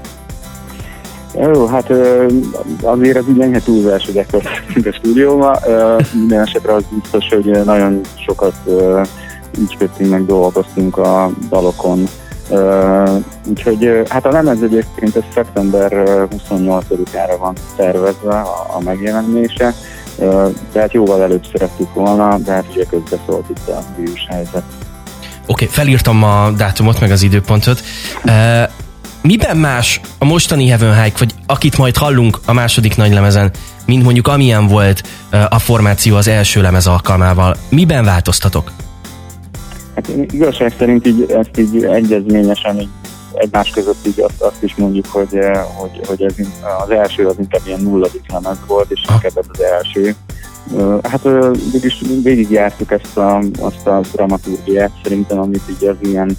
Jó, hát azért az így enyhe túlzás, hogy elköltöztünk a stúdióba. Minden esetre az biztos, hogy nagyon sokat ügyködtünk, meg dolgoztunk a dalokon. Úgyhogy hát a lemez egyébként ez szeptember 28-ára van tervezve a megjelenése. Tehát jóval előbb szerettük volna, de hát ugye közbeszólt itt a vírus helyzet. Oké, felírtam a dátumot, meg az időpontot. Miben más a mostani Heaven High, vagy akit majd hallunk a második nagy lemezen, mint mondjuk amilyen volt a formáció az első lemez alkalmával? Miben változtatok? Hát igazság szerint ezt így egyezményesen így egymás között így azt is mondjuk, hogy ez az első az inkább ilyen nulladik lemez volt, és inkább ez az első. Hát végigjártuk azt a dramaturgiát szerintem, amit így az ilyen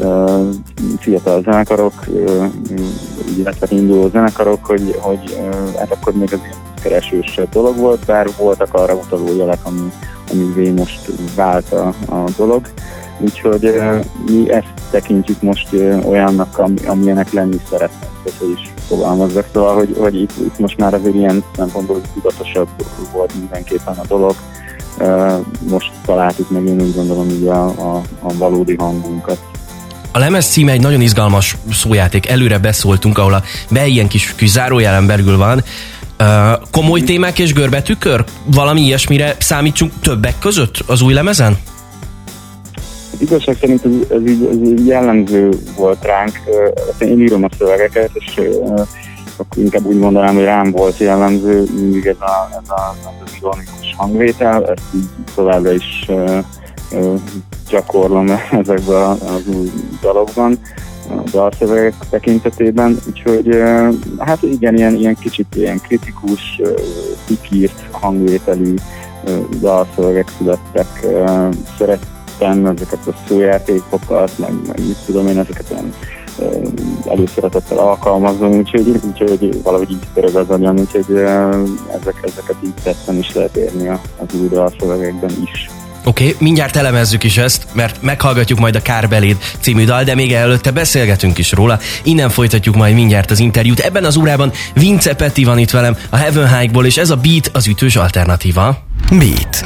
fiatal zenekarok, illetve induló zenekarok, hogy hát akkor még az ilyen keresős dolog volt, bár voltak arra utaló jelek, amivé most vált a dolog. Úgyhogy mi ezt tekintjük most olyannak, amilyenek lenni szeretnénk, hogy is fogalmazzak. Szóval, hogy itt most már azért ilyen szempontból tudatosabb volt mindenképpen a dolog. Most találtuk meg, én úgy gondolom, így a valódi hangunkat. A lemez címe egy nagyon izgalmas szójáték, előre beszóltunk, ahol a ilyen kis zárójelen belül van. Komoly témák és görbetükör? Valami ilyesmire számítsunk többek között az új lemezen? Igazság szerint ez így jellemző volt ránk. Én írom a szövegeket, és akkor inkább úgy mondanám, hogy rám volt jellemző mindig ez az ironikus hangvétel. Ezt így továbbra is gyakorlom ezekben az új dalokban, a dalszövegek tekintetében. Úgyhogy hát igen, ilyen kicsit ilyen kritikus, kikírt hangvételű dalszövegek születtek. Ezeket a szójátékokat, meg mit tudom én, ezeket olyan előszeretettel alkalmazom, úgyhogy valahogy így pörög az agyam, úgyhogy ezeket így tetten is lehet érni az új dalszövegekben is. Oké, mindjárt elemezzük is ezt, mert meghallgatjuk majd a Kár beléd című dal, de még előtte beszélgetünk is róla. Innen folytatjuk majd mindjárt az interjút. Ebben az órában Vince Peti van itt velem a Heaven High-ból, és ez a Beat az ütős alternatíva. Beat.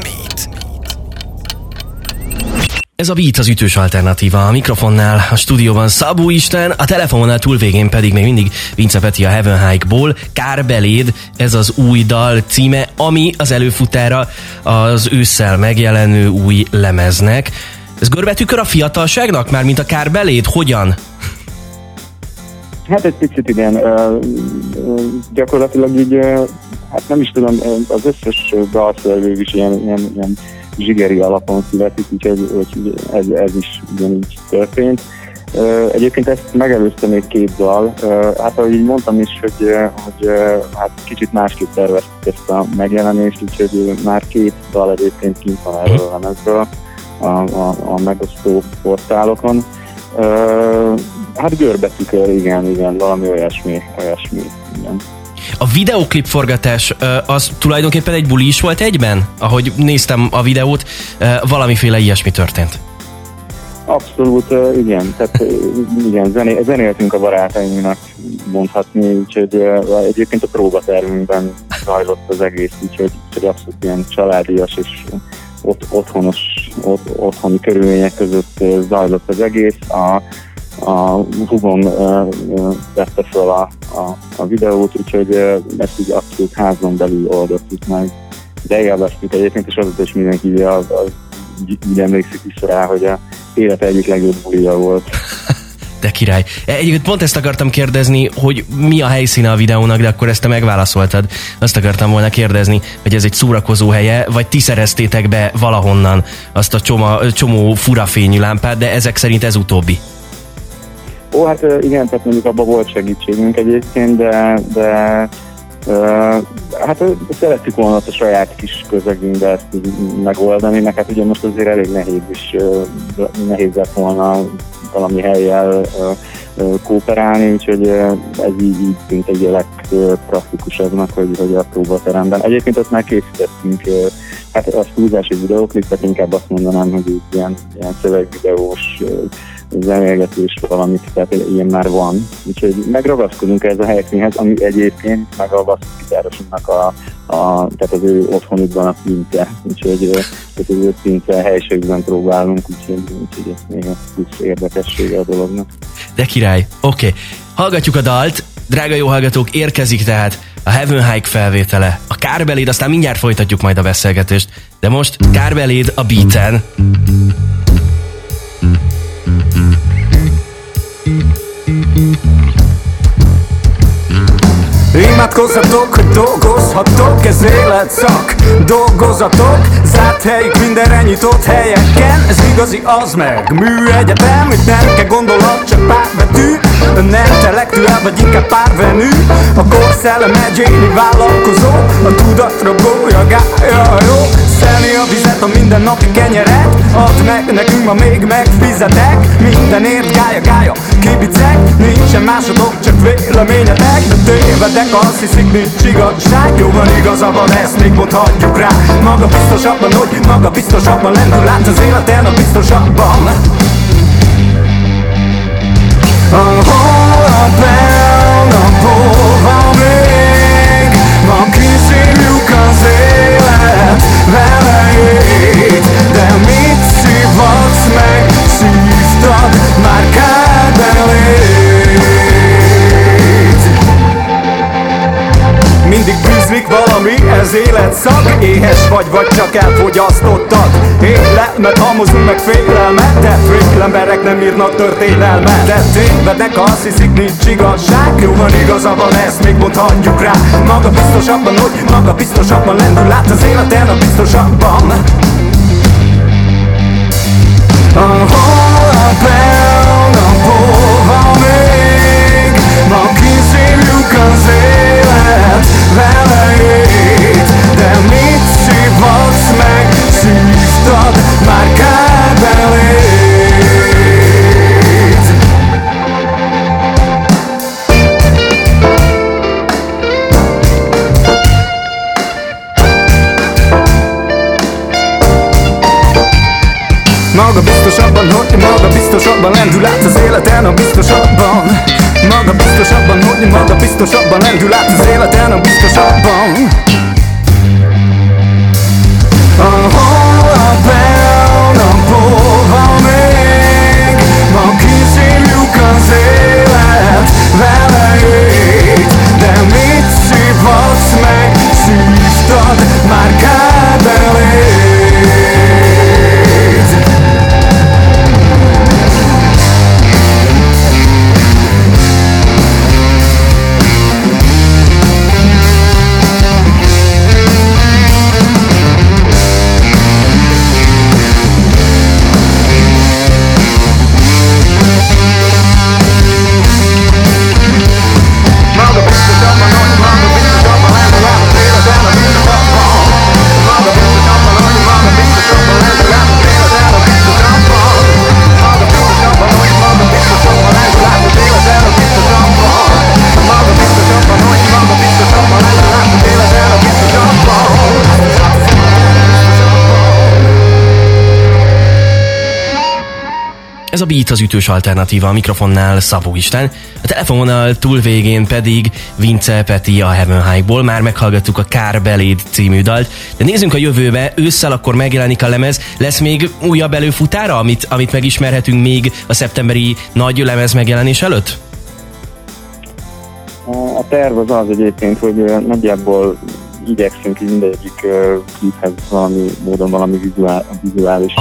Ez a Beat az ütős alternatíva. A mikrofonnál a stúdióban Szabó István, a telefononál túlvégén pedig még mindig Vince Peti a Heaven High-ból. Kár beléd, ez az új dal címe, ami az előfutára az ősszel megjelenő új lemeznek. Ez görbetükör a fiatalságnak? Mármint a Kár beléd? Hogyan? Hát egy picit igen. Gyakorlatilag így, hát nem is tudom, az összes dalszöveg is ilyen zsigeri alapon születik, úgyhogy ez is ugyanígy történt. Egyébként ezt megelőzte még két dal. Hát ahogy így mondtam is, hogy hát kicsit másképp terveztük ezt a megjelenést, úgyhogy már két dal egyébként kint van erről a lemezről a megosztó portálokon. Hát görbetükör, igen, valami olyasmi, igen. A videóklip forgatás az tulajdonképpen egy buli is volt egyben? Ahogy néztem a videót, valamiféle ilyesmi történt. Abszolút, igen. Tehát igen, zenéltünk a barátainknak mondhatni, úgyhogy egyébként a próbatermünkben zajlott az egész, úgyhogy abszolút ilyen családias és otthoni körülmények között zajlott az egész. A húgom vette fel a videót, úgyhogy ezt így abszolút házon belül oldottuk meg. De élveztük egyébként, és azóta is mindenki így emlékszik is rá, hogy a élet egyik legjobb bulija volt. De király. Egyébként pont ezt akartam kérdezni, hogy mi a helyszíne a videónak, de akkor ezt te megválaszoltad. Azt akartam volna kérdezni, hogy ez egy szórakozó helye, vagy ti szereztétek be valahonnan azt a csomó furafényű lámpát, de ezek szerint ez utóbbi. Hát igen, tehát mondjuk abban volt segítségünk egyébként, de Hát szerettük volna a saját kis közegünkbe ezt így megoldani, meg hát ugye most azért elég nehéz lett volna valami hellyel kooperálni, úgyhogy ez így tűnt egy legpraktikusabbnak, hogy a próbateremben. Egyébként azt már készítettünk, hát a túlzás egy videóklipet, inkább azt mondanám, hogy ilyen szövegvideós zenélgetős valamit, tehát ilyen már van. Úgyhogy megragaszkodunk ez a helyszínhez, ami egyébként meg a basszusgitárosunknak tehát az ő otthonukban a Pince. Úgyhogy az ő Pince helyiségben próbálunk, úgyhogy ez még a plusz érdekessége a dolognak. De király, oké. Hallgatjuk a dalt, drága jó hallgatók, érkezik tehát a Heaven High felvétele, a Kárbelid, aztán mindjárt folytatjuk majd a beszélgetést, de most Kárbelid a beaten. Imádkozzatok, hogy dolgozhatok, ez életszak. Dolgozatok, zárt helyük mindenre nyitott helyeken. Ez igazi, az meg műegyetem, itt nem kell gondolat, csak pár betű. Nem intellektuál, vagy inkább párvenű. A korszellem egyéni vállalkozó, a tudatra bolyagája jó. Szelni a vizet, a mindennapi kenyeret. Add meg nekünk, ma még megfizetek. Mindenért gája, kibicek. Nincsen másodok, csak véleményetek. De tévedek, azt hiszik, nincs igazság. Jó van, igaza van, ezt még mondhatjuk rá. Maga biztosabban, hogy maga biztosabban lendül át az életen, a biztosabban. A holnap elnapol van még. Ma kiszívjuk az élet velejét. De mit szívhatsz meg? Szívtad már Kárbelét. Mindig bűzlik valami, ez életszak. Éhes vagy csak elfogyasztottad. Élelmet hamozunk meg félelmet. De fél emberek nem írnak történelmet. De tévednek, azt hiszik, nincs igazság. Jó van, igaza van, ezt még mondhatjuk rá. Maga biztosabban, hogy maga biztosabban lendül át az életen, a biztosabban. A holnap elnapol van még. Ma kiszívjuk az élet velejét. De mit szívhatsz meg? Szívtad már Kárbelét. Maga biztosabban, hogy maga biztosabban lendül át az életen, a biztosabban. Maga biztosabban, hogy maga biztosabban lendül át az életen, a biztosabban. A holnap elnapol van még. Ma kiszívjuk az élet velejét. De mit szívhatsz meg? Szívtad már Kárbelét. Ez a Beat az ütős alternatíva, a mikrofonnál Szabó István, a telefonvonal túlvégén pedig Vince Peti a Heaven High-ból. Már meghallgattuk a Kárbelid című dalt, de nézzünk a jövőbe, ősszel akkor megjelenik a lemez, lesz még újabb előfutára, amit megismerhetünk még a szeptemberi nagy lemez megjelenés előtt? A terv az egyébként, hogy nagyjából igyekszünk mindegyik kliphez valami módon valami vizuális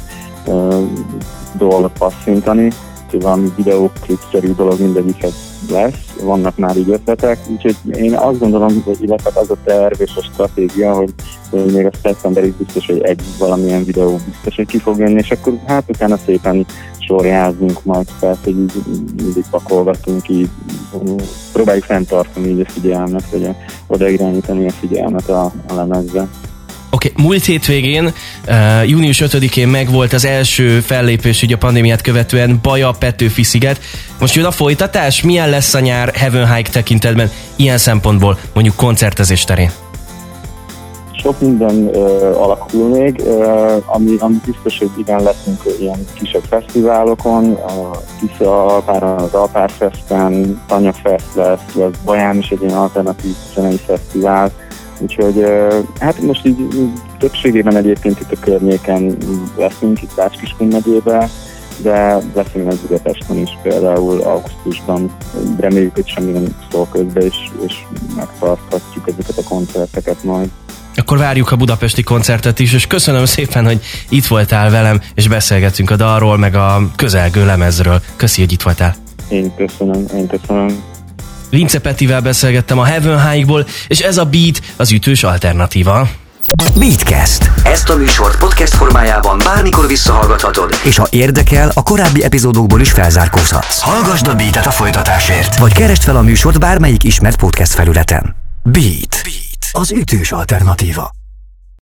dolgot passzintani, úgyhogy valami videóklipszerű dolog mindegyikhez lesz, vannak már így ötletek, úgyhogy én azt gondolom, hogy illetve az a terv és a stratégia, hogy még a szeptemberig biztos, hogy egy valamilyen videó biztos, hogy ki fog jönni, és akkor hát utána szépen sztoriázunk majd, tehát hogy így mindig pakolgatunk, így próbáljuk fenntartani így a figyelmet, vagy odairányítani a figyelmet a lemezbe. Oké, múlt hétvégén, június 5-én megvolt az első fellépés így a pandémiát követően Baja Petőfi sziget. Most jön a folytatás? Milyen lesz a nyár Heaven High tekintetben ilyen szempontból, mondjuk koncertezés terén? Sok minden alakul még, ami biztos, hogy igen, leszünk ilyen kisebb fesztiválokon, Tisza-Alpáron, az Alpárfesten, Tanya Fest lesz, Baján is egy ilyen alternatív zenei fesztivál, úgyhogy hát most így többségében egyébként itt a környéken leszünk, itt Bács-Kiskun megyében, de leszünk meg Budapesten is például augusztusban. Reméljük, hogy semmi nem szól közbe, és megtarthatjuk ezeket a koncerteket majd. Akkor várjuk a budapesti koncertet is, és köszönöm szépen, hogy itt voltál velem, és beszélgettünk a dalról, meg a közelgő lemezről. Köszi, hogy itt voltál. Én köszönöm. Vince Petivel beszélgettem a Heaven High-ból, és ez a Beat az ütős alternatíva. Beatcast. Ezt a műsort podcast formájában bármikor visszahallgathatod, és ha érdekel, a korábbi epizódokból is felzárkózhatsz. Hallgasd a Beatet a folytatásért, vagy keresd fel a műsort bármelyik ismert podcast felületen. Beat. Az ütős alternatíva.